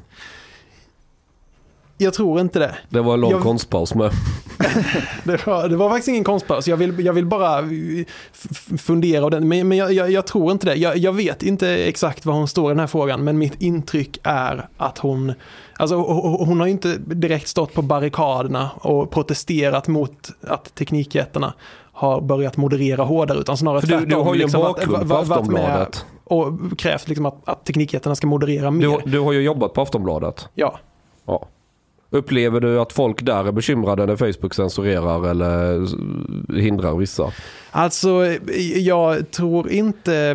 Jag tror inte det. Det var en lång jag... konstpaus med. det, var, det var faktiskt ingen konstpaus. Jag vill, jag vill bara f- fundera och den, men, men jag, jag, jag tror inte det. Jag, jag vet inte exakt vad hon står i den här frågan, men mitt intryck är att hon alltså hon har inte direkt stått på barrikaderna och protesterat mot att teknikjättarna har börjat moderera hårdare, utan snarare För du, tvärtom. Du har ju liksom en bakgrund på Aftonbladet. Och krävt liksom att, att teknikjättarna ska moderera mer. Du, du har ju jobbat på Aftonbladet. Ja. Ja. Upplever du att folk där är bekymrade när Facebook censurerar eller hindrar vissa? Alltså, jag tror inte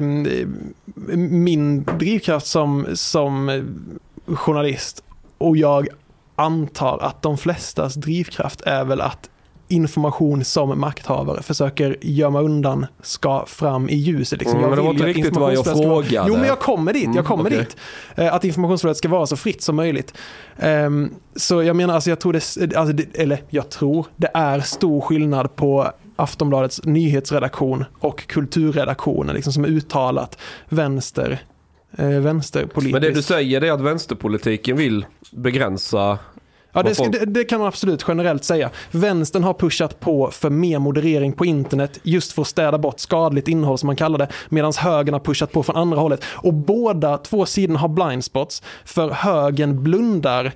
min drivkraft som, som journalist, och jag antar att de flestas drivkraft är väl att information som makthavare försöker gömma undan ska fram i ljuset. Liksom. Mm, jag men det var inte riktigt vad jag frågade. Vara... Jo, men jag kommer dit. Jag kommer mm, okay. dit. Att informationsflödet ska vara så fritt som möjligt. Um, så jag menar, alltså, jag tror det, alltså, det, eller jag tror det är stor skillnad på Aftonbladets nyhetsredaktion och kulturredaktionen, liksom, som är uttalat vänster, eh, vänsterpolitiskt. Men det du säger är att vänsterpolitiken vill begränsa. Ja, det, det, det kan man absolut generellt säga. Vänstern har pushat på för mer moderering på internet just för att städa bort skadligt innehåll, som man kallar det, medan högern har pushat på från andra hållet. Och båda två sidorna har blindspots, för högern blundar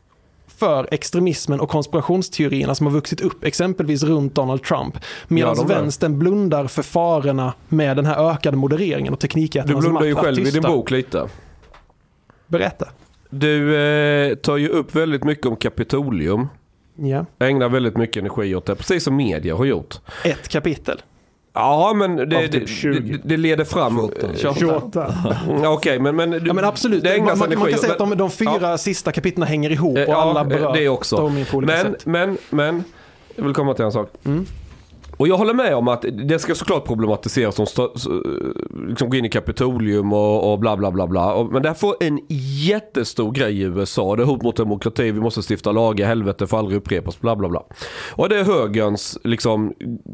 för extremismen och konspirationsteorierna som har vuxit upp exempelvis runt Donald Trump, medan ja, vänstern blundar för farorna med den här ökade modereringen och teknikjättarnas makt. Du blundar ju själv i din bok lite. Berätta. Du eh, tar ju upp väldigt mycket om Kapitolium. Ja. Ägnar väldigt mycket energi åt det, precis som media har gjort. Ett kapitel. Ja, men det, det, det, det leder fram... tjugoåtta. Okej, okay, men, men, du, ja, men absolut. Det man, man, man kan säga att de, de fyra ja. sista kapitlen hänger ihop och ja, alla berör det också. Men, men, men, jag vill komma till en sak. Mm. Och jag håller med om att det ska såklart problematiseras som stå, liksom gå in i Kapitolium och, och bla bla bla bla. Och, men det här får en jättestor grej i U S A. Det är hot mot demokrati, vi måste stifta lagar, helvete får aldrig upprepas, bla bla bla. Och det är högerns liksom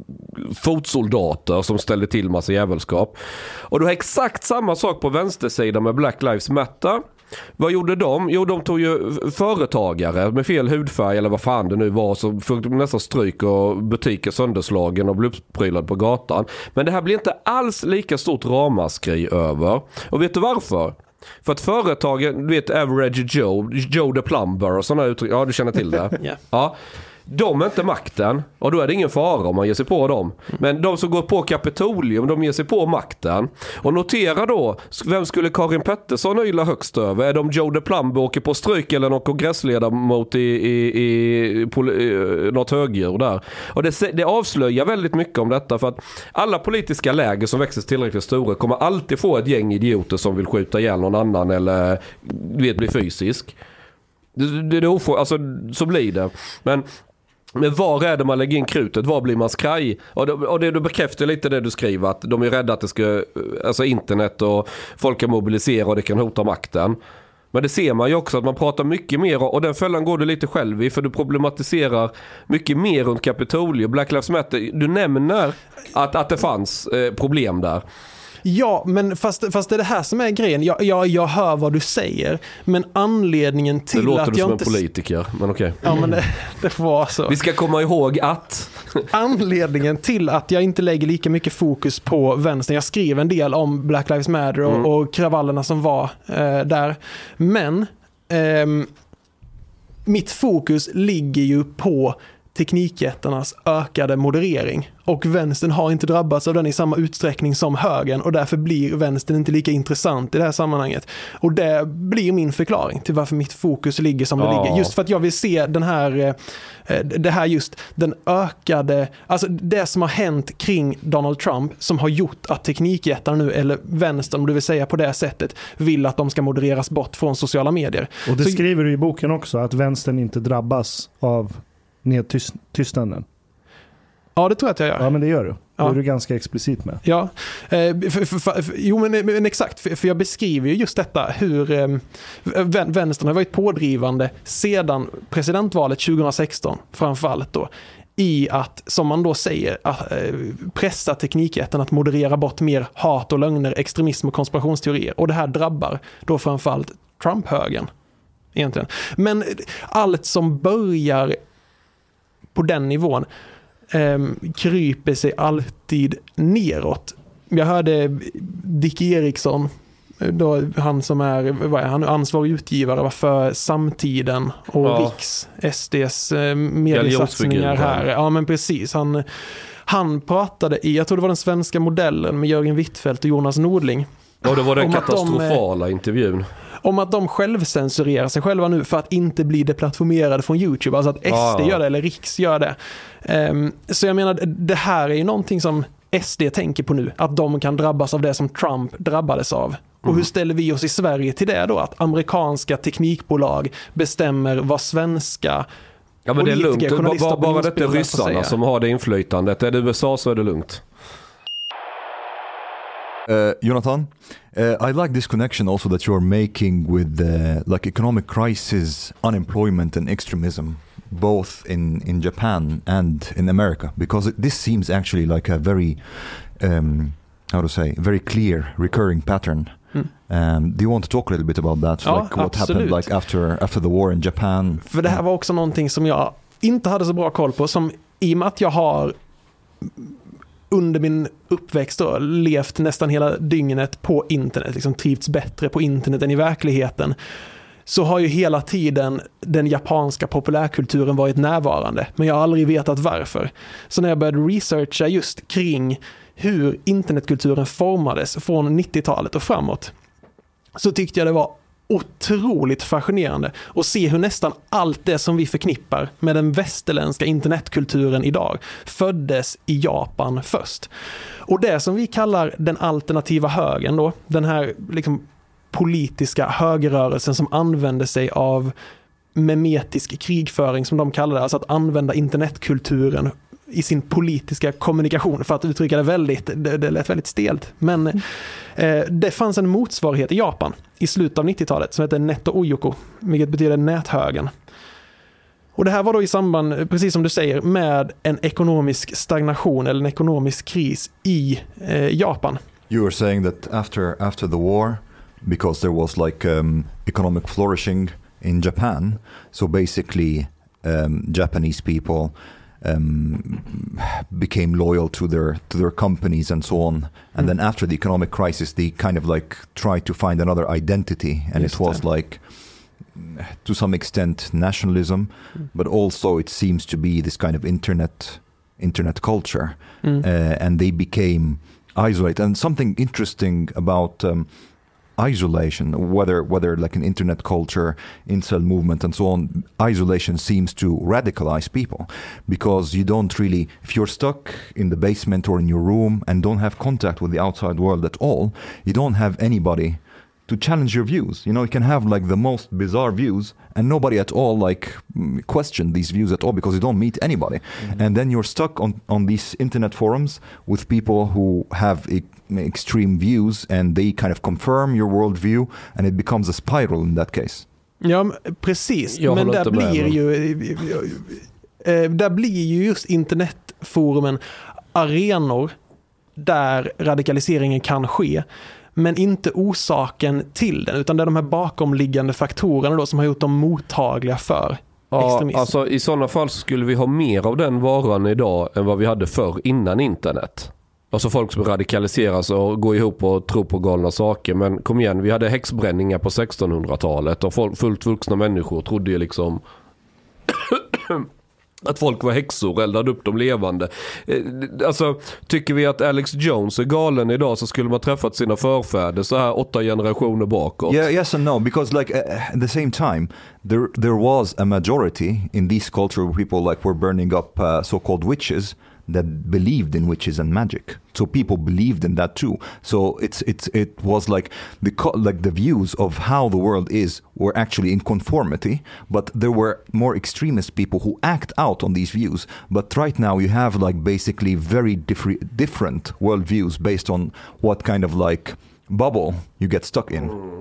fotsoldater som ställer till massa jävelskap. Och du har exakt samma sak på vänstersidan med Black Lives Matter. Vad gjorde de? Jo, de tog ju företagare med fel hudfärg eller vad fan det nu var, så fick de nästan stryk och butiker sönderslagen och blev uppprylad på gatan. Men det här blir inte alls lika stort ramaskri över. Och vet du varför? För att företagen, du vet Average Joe, Joe the Plumber och sådana uttryck, ja du känner till det. Yeah. Ja. De är inte makten, och då är det ingen fara om man ger sig på dem. Men de som går på Kapitolium, de ger sig på makten. Och notera då, vem skulle Karin Pettersson yla högst över? Är de Joe the Plumber åker på stryk eller någon kongressledamot i, i, i, i, i något högdjur där? Och det, det avslöjar väldigt mycket om detta, för att alla politiska läger som växer tillräckligt stora kommer alltid få ett gäng idioter som vill skjuta ihjäl någon annan eller vet, bli fysisk. Det, det, det ofår, alltså, så blir det. Men Men var är det man lägger in krutet? Var blir man skraj? Och det, och det du bekräftar lite det du skriver, att de är rädda att det ska, alltså internet och folk kan mobilisera och det kan hota makten. Men det ser man ju också att man pratar mycket mer, och den fällan går du lite själv i, för du problematiserar mycket mer runt Kapitolium, Black Lives Matter. Du nämner att, att det fanns eh, problem där. Ja, men fast, fast det är det här som är grejen. Jag, jag, jag hör vad du säger, men anledningen till det låter att du jag som inte... en politiker, men okej. Ja, men det, det var så. Vi ska komma ihåg att... Anledningen till att jag inte lägger lika mycket fokus på vänster. Jag skriver en del om Black Lives Matter och, mm. och kravallerna som var eh, där. Men eh, mitt fokus ligger ju på teknikjättarnas ökade moderering. Och vänstern har inte drabbats av den i samma utsträckning som högern och därför blir vänstern inte lika intressant i det här sammanhanget. Och det blir min förklaring till varför mitt fokus ligger som det ja. ligger. Just för att jag vill se den här, det här just den ökade, alltså det som har hänt kring Donald Trump som har gjort att teknikjättarna nu, eller vänstern om du vill säga på det sättet, vill att de ska modereras bort från sociala medier. Och det Så, skriver du i boken också, att vänstern inte drabbas av nedtystnaden. Ja, det tror jag att jag gör. Ja, men det gör du. Ja. Det är du ganska explicit med. Ja, eh, för, för, för, för, jo men, men exakt, för, för jag beskriver ju just detta hur eh, vänstern har varit pådrivande sedan presidentvalet tjugohundrasexton framförallt då, i att, som man då säger, att, eh, pressa teknikjätten att moderera bort mer hat och lögner, extremism och konspirationsteorier. Och det här drabbar då framförallt Trump-högern egentligen. Men allt som börjar på den nivån Um, kryper sig alltid neråt. Jag hörde Dick Eriksson, då, han som är, vad är han, ansvarig utgivare för Samtiden och ja. Riks, S D:s uh, mediesatsningar här. Ja, men precis. Han, han pratade i, jag tror det var den svenska modellen med Jörgen Wittfeldt och Jonas Nordling. Och det var den katastrofala de, intervjun. Om att de självcensurerar sig själva nu för att inte bli deplattformerade från YouTube. Alltså att S D ja, ja. gör det eller Riks gör det. Um, så jag menar, det här är ju någonting som S D tänker på nu. Att de kan drabbas av det som Trump drabbades av. Mm. Och hur ställer vi oss i Sverige till det då? Att amerikanska teknikbolag bestämmer vad svenska ja, men det är lugnt. Bara, bara det är ryssarna som har det inflytandet. Är det U S A så är det lugnt. Uh, Jonathan, uh, I like this connection also that you're making with uh, like economic crisis, unemployment and extremism, both in, in Japan and in America, because it, this seems actually like a very, um, how to say, very clear recurring pattern. Mm. Um, do you want to talk a little bit about that? Ja, like what absolut. happened like after, after the war in Japan? För det här var också någonting som jag inte hade så bra koll på, som i och med att jag har under min uppväxt då, levt nästan hela dygnet på internet, liksom trivts bättre på internet än i verkligheten, så har ju hela tiden den japanska populärkulturen varit närvarande, men jag har aldrig vetat varför. Så när jag började researcha just kring hur internetkulturen formades från nittiotalet och framåt, så tyckte jag det var otroligt fascinerande att se hur nästan allt det som vi förknippar med den västerländska internetkulturen idag föddes i Japan först. Och det som vi kallar den alternativa högern då, den här liksom politiska högerrörelsen som använder sig av memetisk krigföring som de kallar det, alltså att använda internetkulturen i sin politiska kommunikation, för att uttrycka det väldigt, det, det lät väldigt stelt. Men eh, det fanns en motsvarighet i Japan i slutet av nittiotalet som heter Netto Oyoko, vilket betyder näthögen. Och det här var då i samband, precis som du säger, med en ekonomisk stagnation eller en ekonomisk kris i eh, Japan. You were saying that after after the war, because there was like um, economic flourishing in Japan, so basically um, Japanese people Um, became loyal to their to their companies and so on, and mm. then after the economic crisis they kind of like tried to find another identity, and Just it was that. like to some extent nationalism, mm. but also it seems to be this kind of internet internet culture, mm. uh, and they became isolated. And something interesting about um, isolation, whether whether like an internet culture, incel movement and so on, isolation seems to radicalize people, because you don't really, if you're stuck in the basement or in your room and don't have contact with the outside world at all, you don't have anybody to challenge your views. You know, you can have like the most bizarre views and nobody at all like question these views at all, because you don't meet anybody. Mm-hmm. And then you're stuck on, on these internet forums with people who have e- extreme views, and they kind of confirm your worldview, and it becomes a spiral in that case. Ja, precis. Jag Men där blir ju äh, där blir ju just internetforumen arenor där radikaliseringen kan ske, men inte orsaken till den, utan det är de här bakomliggande faktorerna då som har gjort dem mottagliga för ja, extremism. Alltså i sådana fall så skulle vi ha mer av den varan idag än vad vi hade förr innan internet. Alltså folk som radikaliseras och går ihop och tror på galna saker. Men kom igen, vi hade häxbränningar på sextonhundratalet och folk, fullt vuxna människor trodde ju liksom Att folk var häxor, eldade upp dem levande. Alltså, tycker vi att Alex Jones är galen idag, så skulle man träffat sina förfäder så här åtta generationer bakåt. Yeah, yes and no, because like uh, at the same time, there there was a majority in this culture of people like were burning up uh, so-called witches that believed in witches and magic. So people believed in that too. So it's it's it was like the like the views of how the world is were actually in conformity, but there were more extremist people who act out on these views. But right now you have like basically very different different worldviews based on what kind of like bubble you get stuck in. Mm.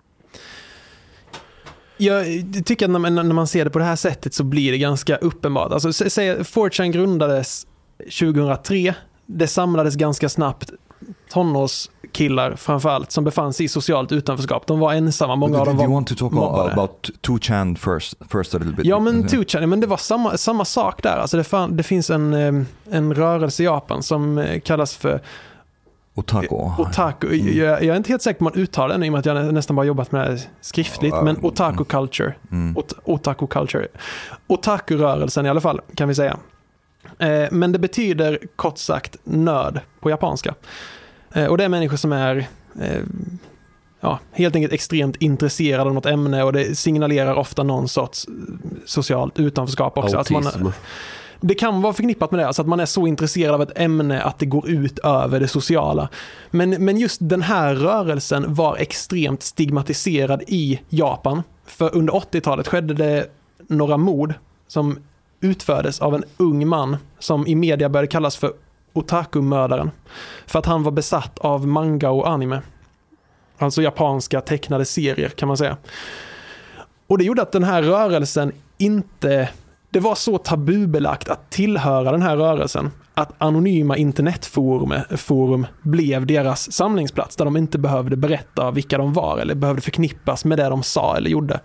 Jag tycker att när, när man ser det på det här sättet så blir det ganska uppenbart. Alltså, säg, four chan grundades tjugohundratre. Det samlades ganska snabbt tonårskillar framförallt som befann sig i socialt utanförskap. De var ensamma, många av dem var mobbade. You want to talk mobbade. about two chan first, first a little bit? Ja, men two chan, men det var samma, samma sak där. Alltså det, fan, det finns en, en rörelse i Japan som kallas för Otaku. Otaku. Mm. Jag, jag är inte helt säker på att man uttalar den i och med att jag nästan bara jobbat med det skriftligt. Uh, men otaku culture. Mm. Ot, otaku culture. Otaku-rörelsen i alla fall, kan vi säga. Eh, men det betyder kort sagt nörd på japanska. Eh, och det är människor som är eh, ja, helt enkelt extremt intresserade av något ämne, och det signalerar ofta någon sorts socialt utanförskap också. Att man, det kan vara förknippat med det, alltså att man är så intresserad av ett ämne att det går ut över det sociala. Men, men just den här rörelsen var extremt stigmatiserad i Japan. För under åttiotalet skedde det några mord som utfördes av en ung man som i media började kallas för otaku-mördaren. För att han var besatt av manga och anime. Alltså japanska tecknade serier kan man säga. Och det gjorde att den här rörelsen inte... Det var så tabubelagt att tillhöra den här rörelsen att anonyma internetforum forum blev deras samlingsplats där de inte behövde berätta vilka de var eller behövde förknippas med det de sa eller gjorde.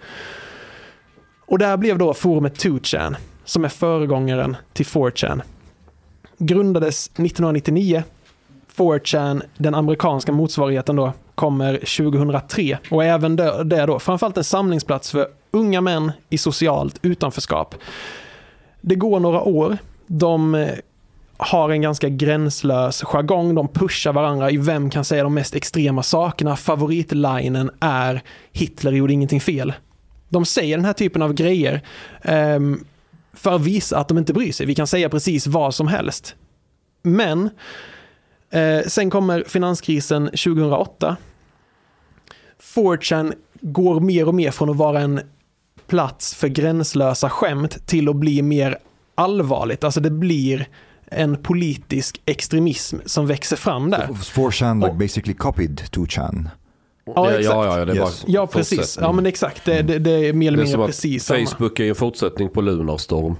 Och där blev då forumet two chan, som är föregångaren till four chan. Grundades nittonhundranittionio. four chan, den amerikanska motsvarigheten då, kommer tjugohundratre och även det, det då framförallt en samlingsplats för unga män i socialt utanförskap. Det går några år. De har en ganska gränslös jargong. De pushar varandra i vem kan säga de mest extrema sakerna. Favoritlinen är Hitler gjorde ingenting fel. De säger den här typen av grejer um, för att visa att de inte bryr sig. Vi kan säga precis vad som helst. Men eh, sen kommer finanskrisen tjugohundraåtta. four chan går mer och mer från att vara en plats för gränslösa skämt till att bli mer allvarligt. Alltså det blir en politisk extremism som växer fram där. four chan like basically copied two chan. Ja, exakt. Ja, ja, det var yes. Ja, precis. Ja, men exakt. Det, det, det är mer eller mindre precis samma. Facebook är en fortsättning på Lunarstorm.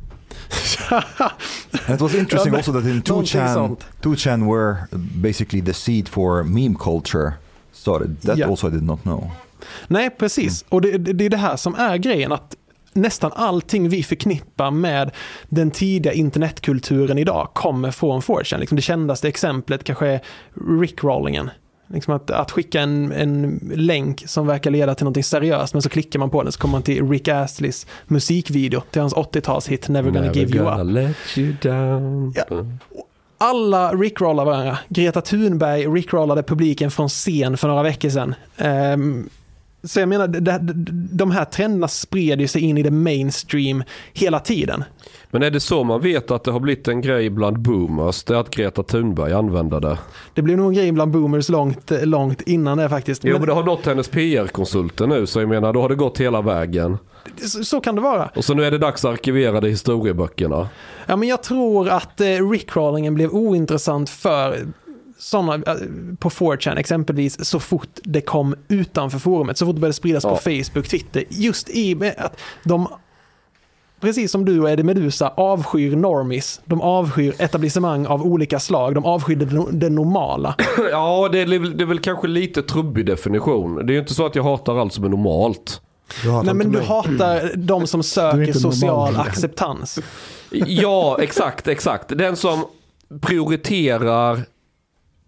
And it was interesting also that in two chan, two chan were basically the seed for meme culture started. That yeah. also I did not know. Nej, precis. Mm. Och det, det, det är det här som är grejen, att nästan allting vi förknippar med den tidiga internetkulturen idag kommer från four chan. Liksom det kändaste exemplet kanske är rickrollingen. Liksom att, att skicka en, en länk som verkar leda till något seriöst, men så klickar man på den så kommer man till Rick Astleys musikvideo till hans åttiotalshit Never Gonna Never Give You Up. Let you down. Ja. Alla rickrollar varandra. Greta Thunberg rickrollade publiken från scen för några veckor sedan. Um, så jag menar, det, de här trenderna spred ju sig in i det mainstream hela tiden. Men är det så man vet att det har blivit en grej bland boomers, det är att Greta Thunberg använder det? Det blir nog en grej bland boomers långt, långt innan det faktiskt. Jo, men det har nått hennes P R-konsulter nu, så jag menar, då har det gått hela vägen. Så, så kan det vara. Och så nu är det dags att arkivera det i historieböckerna. Ja, men jag tror att eh, rickrollingen blev ointressant för sådana på four chan exempelvis så fort det kom utanför forumet, så fort det började spridas ja. på Facebook, Twitter, just i med att de, precis som du och Eddie Medusa, avskyr normis, de avskyr etablissemang av olika slag, de avskyr det, det normala. Ja, det är, det är väl kanske lite trubbig definition. Det är ju inte så att jag hatar allt som är normalt. Nej, men du mig. hatar de som söker social normal. acceptans. Ja, exakt, exakt. Den som prioriterar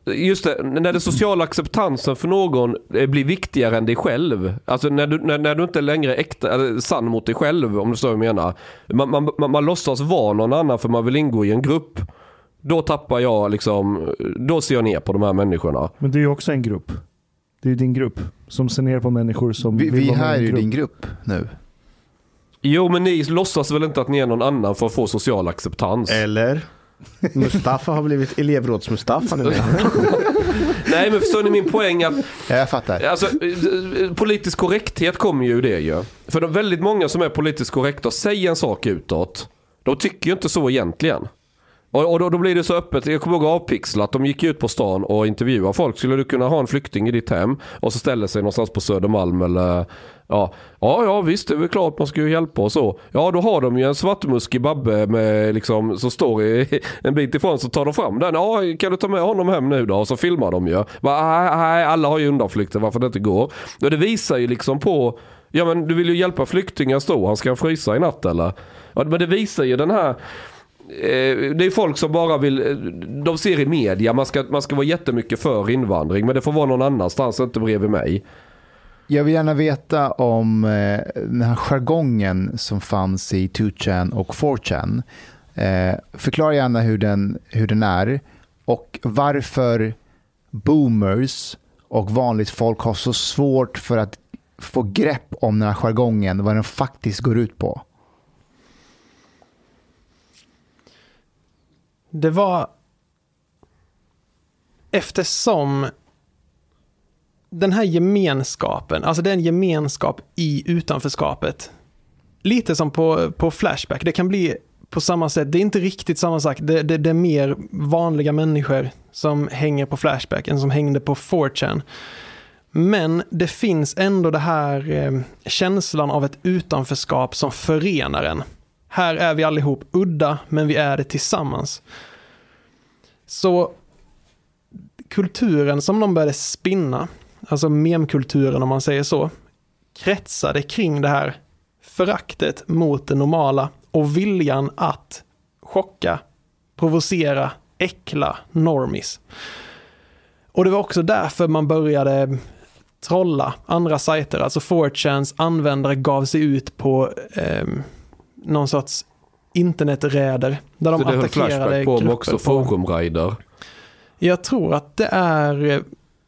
just det, när den sociala acceptansen för någon blir viktigare än dig själv. Alltså när du, när, när du inte längre är äkta, eller sann mot dig själv, om du så jag menar. Man, man, man, man låtsas vara någon annan för man vill ingå i en grupp. Då tappar jag liksom, då ser jag ner på de här människorna. Men det är ju också en grupp. Det är ju din grupp som ser ner på människor som Vi, vill vi vara här med är i ju en din grupp. grupp nu. Jo, men ni låtsas väl inte att ni är någon annan för att få social acceptans? Eller? Mustafa har blivit elevråds-Mustafa nu. Nej, men förstår ni min poäng att Ja, jag fattar. alltså, politisk korrekthet kommer ju det ju. För de väldigt många som är politiskt korrekta säger en sak utåt. De tycker ju inte så egentligen. Och, och då, då blir det så öppet. Jag kommer ihåg avpixlat. De gick ut på stan och intervjuade folk. Skulle du kunna ha en flykting i ditt hem och så ställer sig någonstans på Södermalm eller ja, ja, ja visst, det är väl klart man ska ju hjälpa och så. Ja, då har de ju en svartmuskig babbe med liksom, så står i en bit ifrån så tar de fram den. Ja, kan du ta med honom hem nu då? Och så filmar de ju. Nej, alla har ju undanflykter, varför det inte går. Och det visar ju liksom på, ja men du vill ju hjälpa flyktingar stå, han ska frysa i natt eller? Ja, men det visar ju den här, det är folk som bara vill, de ser i media, man ska, man ska vara jättemycket för invandring, men det får vara någon annanstans, inte bredvid mig. Jag vill gärna veta om eh, den här jargongen som fanns i two chan och four chan. Eh, förklara gärna hur den, hur den är och varför boomers och vanligt folk har så svårt för att få grepp om den här jargongen, vad den faktiskt går ut på. Det var eftersom den här gemenskapen, alltså det är en gemenskap i utanförskapet. Lite som på, på Flashback. Det kan bli på samma sätt. Det är inte riktigt samma sak. Det, det, det är mer vanliga människor som hänger på Flashback än som hängde på four chan. Men det finns ändå det här eh, känslan av ett utanförskap som förenar en. Här är vi allihop udda, men vi är det tillsammans. Så kulturen som de började spinna, alltså memkulturen om man säger så, kretsade kring det här föraktet mot det normala och viljan att chocka, provocera, äckla normis. Och det var också därför man började trolla andra sajter. Alltså four chans användare gav sig ut på eh, någon sorts interneträder där de så det attackerade på grupper också forumraider. Jag tror att det är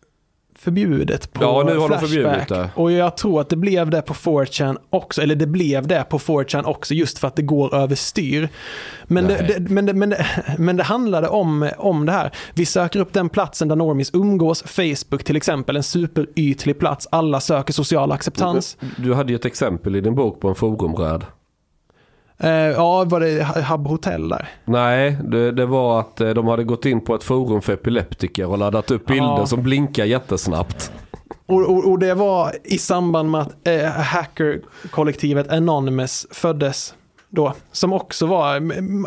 förbjudet på ja, nu har Flashback. De förbjudit det. Och jag tror att det blev det på four chan också, eller det blev det på four chan också just för att det går överstyr. Men det, det, men, det, men, det, men det handlade om, om det här. Vi söker upp den platsen där normis umgås, Facebook till exempel, en superytlig plats. Alla söker social acceptans. Du, du hade ju ett exempel i din bok på en forumräd. Uh, ja, var det Hub Hotel där? Nej, det, det var att de hade gått in på ett forum för epileptiker och laddat upp bilder ja. som blinkar jättesnabbt. Och, och, och det var i samband med att eh, hackerkollektivet Anonymous föddes då. Som också var,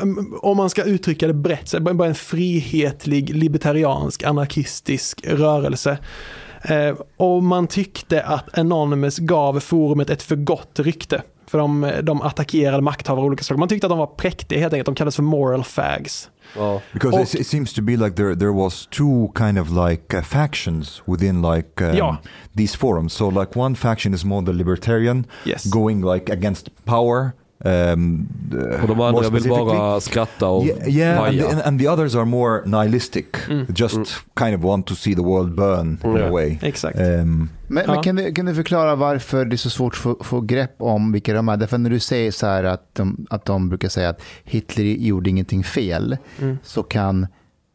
om man ska uttrycka det brett, så bara en frihetlig, libertariansk, anarkistisk rörelse. Eh, och man tyckte att Anonymous gav forumet ett för gott rykte. För de, de attackerade makthavare av olika slag. Man tyckte att de var präktiga helt enkelt. De kallades för moral fags. Oh. Because it, it seems to be like there there was two kind of like uh, factions within like um, ja. these forums. So like one faction is more the libertarian, yes. going like against power. Um, och de andra vill bara skratta och yeah, yeah and, the, and the others are more nihilistic. Mm. Just mm. kind of want to see the world burn in yeah. a way. Exakt. Um, men ja. men kan, du, kan du förklara varför det är så svårt att få, få grepp om vilka de är? Därför när du säger så här att de, att de brukar säga att Hitler gjorde ingenting fel, mm. så kan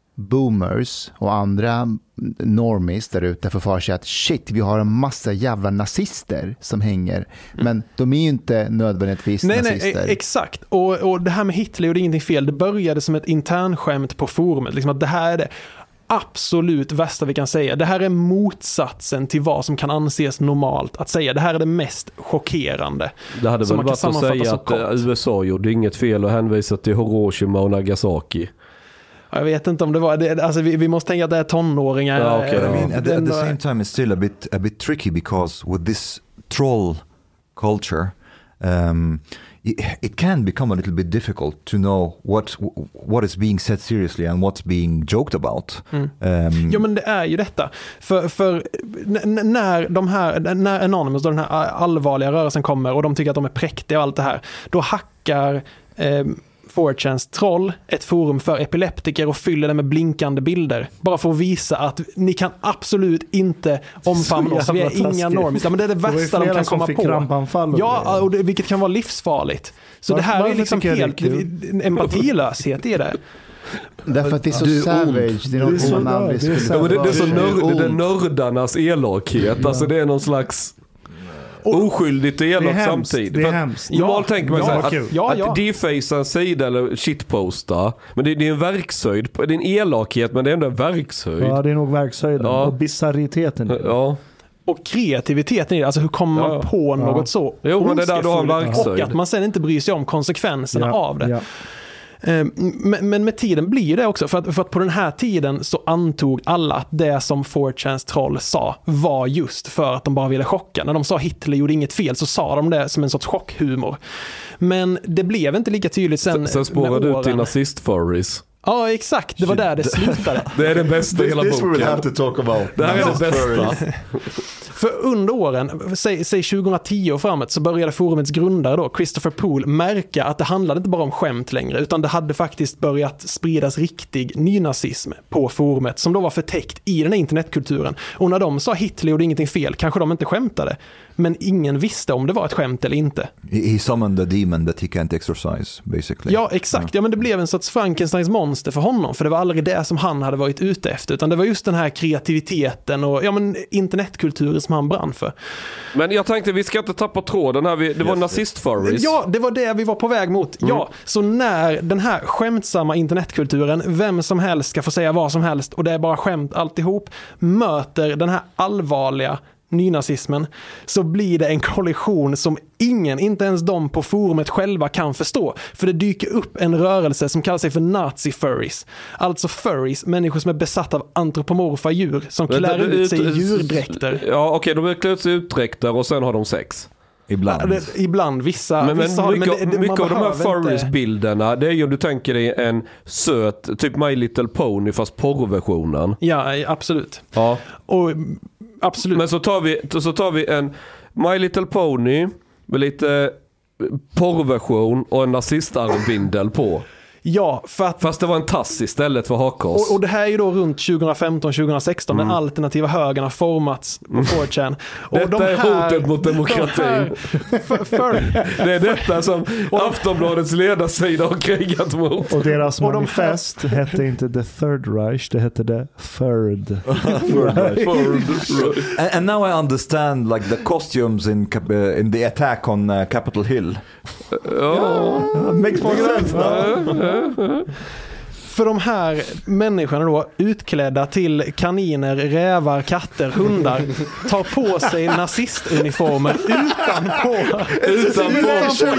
boomers och andra normies där ute förfara sig att shit, vi har en massa jävla nazister som hänger. Mm. Men de är ju inte nödvändigtvis nej, nazister. Nej, exakt. Och, och det här med Hitler gjorde ingenting fel. Det började som ett internskämt på forumet. Liksom att det här är det absolut värsta vi kan säga. Det här är motsatsen till vad som kan anses normalt att säga. Det här är det mest chockerande. Det hade väl varit att säga att kort. U S A gjorde inget fel och hänvisa till Hiroshima och Nagasaki. Jag vet inte om det var det, alltså vi, vi måste tänka att det är tonåringar. Ja, okay. I mean, at, the, at the same time it's still a bit a bit tricky because with this troll culture um, it can become a little bit difficult to know what what is being said seriously and what's being joked about. Mm. Um, ja, men det är ju detta. För, för n- när de här, när Anonymous, då den här allvarliga rörelsen kommer och de tycker att de är präktiga och allt det här, då hackar eh, four chans troll ett forum för epileptiker och fyller det med blinkande bilder. Bara för att visa att ni kan absolut inte omfamna oss. Vi är inga normer. Men det är det värsta de kan komma på. Ja, och det, vilket kan vara livsfarligt. Så Varför, det här är liksom helt empatilöshet i det. Därför att det är så savage. Det är något man aldrig skulle ja, men det, det är så nörd, det är nördarnas elakhet. Ja. Alltså det är någon slags oskyldigt och elakt samtidigt. Det är hemskt. Normalt ja, tänker man ja, så här, att, ja, ja. att defacea en sida eller shitposta, men det, det är en verkshöjd. Det är en elakhet, men det är ändå en verkshöjd. Ja, det är nog verkshöjden ja. och bizarriteten. Ja. Och kreativiteten i det, alltså hur kommer man ja, på ja. något så jo, men det där då har en verkshöjd. Och att man sen inte bryr sig om konsekvenserna ja, av det. Ja. Men med tiden blir det också, för att, för att på den här tiden så antog alla att det som four chans troll sa var just för att de bara ville chocka. När de sa Hitler gjorde inget fel så sa de det som en sorts chockhumor. Men det blev inte lika tydligt sen. Sen spårade ut till nazist-furries. Ja, exakt. Det var där det slutade. Det är det bästa i hela boken. This we will have to talk about. Det här är det bästa. För under åren, säg, säg tjugohundratio och framåt, så började forumets grundare då, Christopher Poole, märka att det handlade inte bara om skämt längre, utan det hade faktiskt börjat spridas riktig nynazism på forumet, som då var förtäckt i den här internetkulturen. Och när de sa Hitler gjorde ingenting fel, kanske de inte skämtade. Men ingen visste om det var ett skämt eller inte. He summoned the demon that he can't exorcise, basically. Ja, exakt. Ja, men det blev en sorts Frankensteins monster för honom. För det var aldrig det som han hade varit ute efter. Utan det var just den här kreativiteten och ja, men internetkulturen som han brann för. Men jag tänkte, vi ska inte tappa tråden här. Det var nazist-furries. Ja, det var det vi var på väg mot. Mm. Ja, så när den här skämtsamma internetkulturen, vem som helst ska få säga vad som helst och det är bara skämt alltihop, möter den här allvarliga nynazismen, så blir det en kollision som ingen, inte ens de på forumet själva kan förstå. För det dyker upp en rörelse som kallar sig för nazi-furries. Alltså furries, människor som är besatta av antropomorfa djur som klär det, det, ut sig i djurdräkter. Ja, okej, okay, de klär ut sig i utdräkter och sen har de sex. Ibland. Ja, det, ibland, vissa. Men, vissa men mycket, har, men det, det, mycket av de här furries bilderna, det är ju om du tänker dig en söt, typ My Little Pony fast porrversionen. Ja, absolut. Ja. Och absolut. Men så tar vi, så tar vi en My Little Pony med lite porrversion och en nazistarmbindel på. Ja, för att... Fast det var en tass istället för hakkors. Och, och det här är ju då runt tjugofemton tjugosexton mm. när alternativa högen har formats på four chan. Och detta de är här, hotet mot demokratin. för, för, det är detta som Aftonbladets ledarsida har krigat mot. Och deras och manifest de här... hette inte The Third Reich, det hette The Third. Third and, and now I understand like the costumes in, uh, in the attack on uh, Capitol Hill. Ja, yeah, makes more sense now. För de här människorna då, utklädda till kaniner, rävar, katter, hundar, tar på sig nazistuniformer utanpå. Utanpå.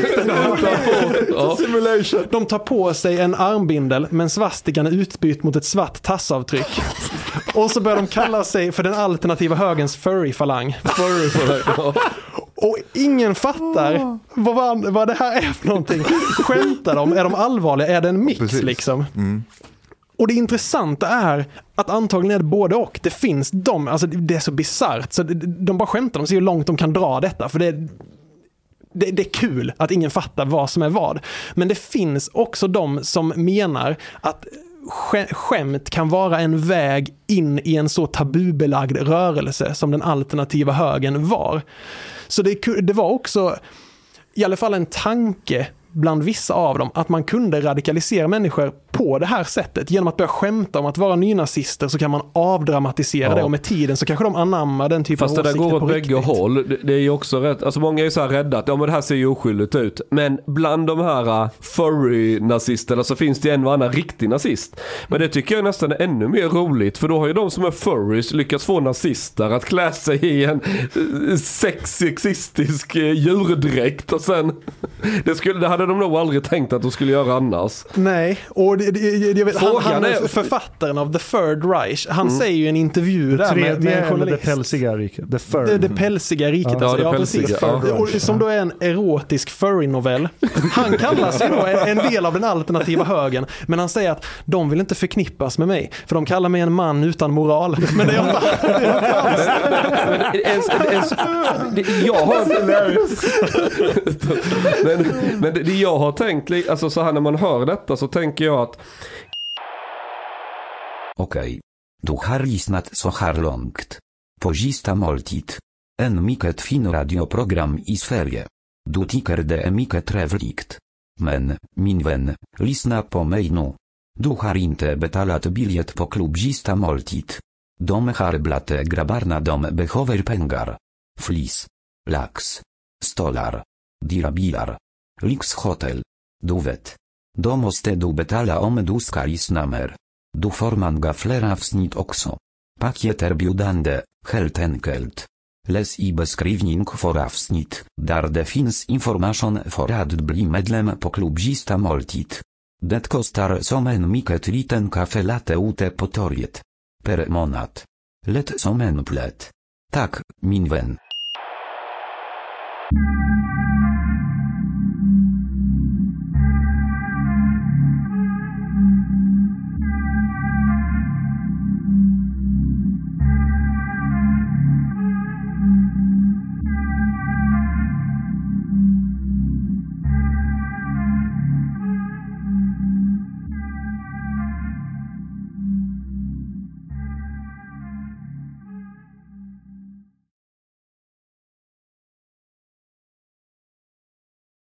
Utanpå. De tar på sig en armbindel, men svastikan är utbytt mot ett svart tassavtryck. Och så börjar de kalla sig för den alternativa högens furry-falang. Furry-falang. Och ingen fattar vad, vad det här är för någonting. Skämtar de? Är de allvarliga? Är det en mix? Precis. Liksom? Mm. Och det intressanta är att antagligen är det både och. Det finns de, alltså det är så bizarrt. Så de bara skämtar, de ser hur långt de kan dra detta. För det är, det, det är kul att ingen fattar vad som är vad. Men det finns också de som menar att skämt kan vara en väg in i en så tabubelagd rörelse som den alternativa högen var. Så det, det var också i alla fall en tanke bland vissa av dem att man kunde radikalisera människor på det här sättet. Genom att börja skämta om att vara nynazister så kan man avdramatisera ja. det, och med tiden så kanske de anammar den typen Fast av åsikter på riktigt. Fast det där går åt bägge håll. Det, det är ju också rätt. Alltså många är ju så här rädda att ja, men det här ser ju oskyldigt ut. Men bland de här furry-nazisterna så finns det en och annan riktig nazist. Men det tycker jag nästan är ännu mer roligt. För då har ju de som är furries lyckats få nazister att klä sig i en sexistisk djurdräkt. Och sen, det, skulle, det hade de nog aldrig tänkt att de skulle göra annars. Nej, och jag vet, han, han är författaren av The Third Reich. Han mm. säger ju i en intervju där med, med en journalist. Det pälsiga riket. The Third. Det, det pälsiga riket. Ja, alltså, det ja, pälsiga. Ja. Och, som då är en erotisk furry-novell. Han kallas ju då en, en del av den alternativa högen. Men han säger att de vill inte förknippas med mig. För de kallar mig en man utan moral. Men det är jag inte. Jag har men, men det, det jag har tänkt, alltså så här när man hör detta så tänker jag att okej. Du har lyssnat så här långt. På Sista måltid. En mycket fin radioprogram i Sverige. Du tycker det är mycket trevligt. Men, min vän, lyssna på mig nu. Du har inte betalat biljett på klubb Sista måltid. De har blate grabbarna de behöver pengar. Flis. Lax. Stolar. Dirabilar. Lyxhotel. Du vet. De måste du betala om du ska lyssna mer. Du får många fler avsnitt också. Paket erbjudande, helt enkelt. Läs i beskrivning för avsnitt, där det finns information för att bli medlem på klubb Sista måltid. Det kostar som en mycket liten kaffe latte ute på torget. Per månad. Lätt som en plätt. Tak, min vän.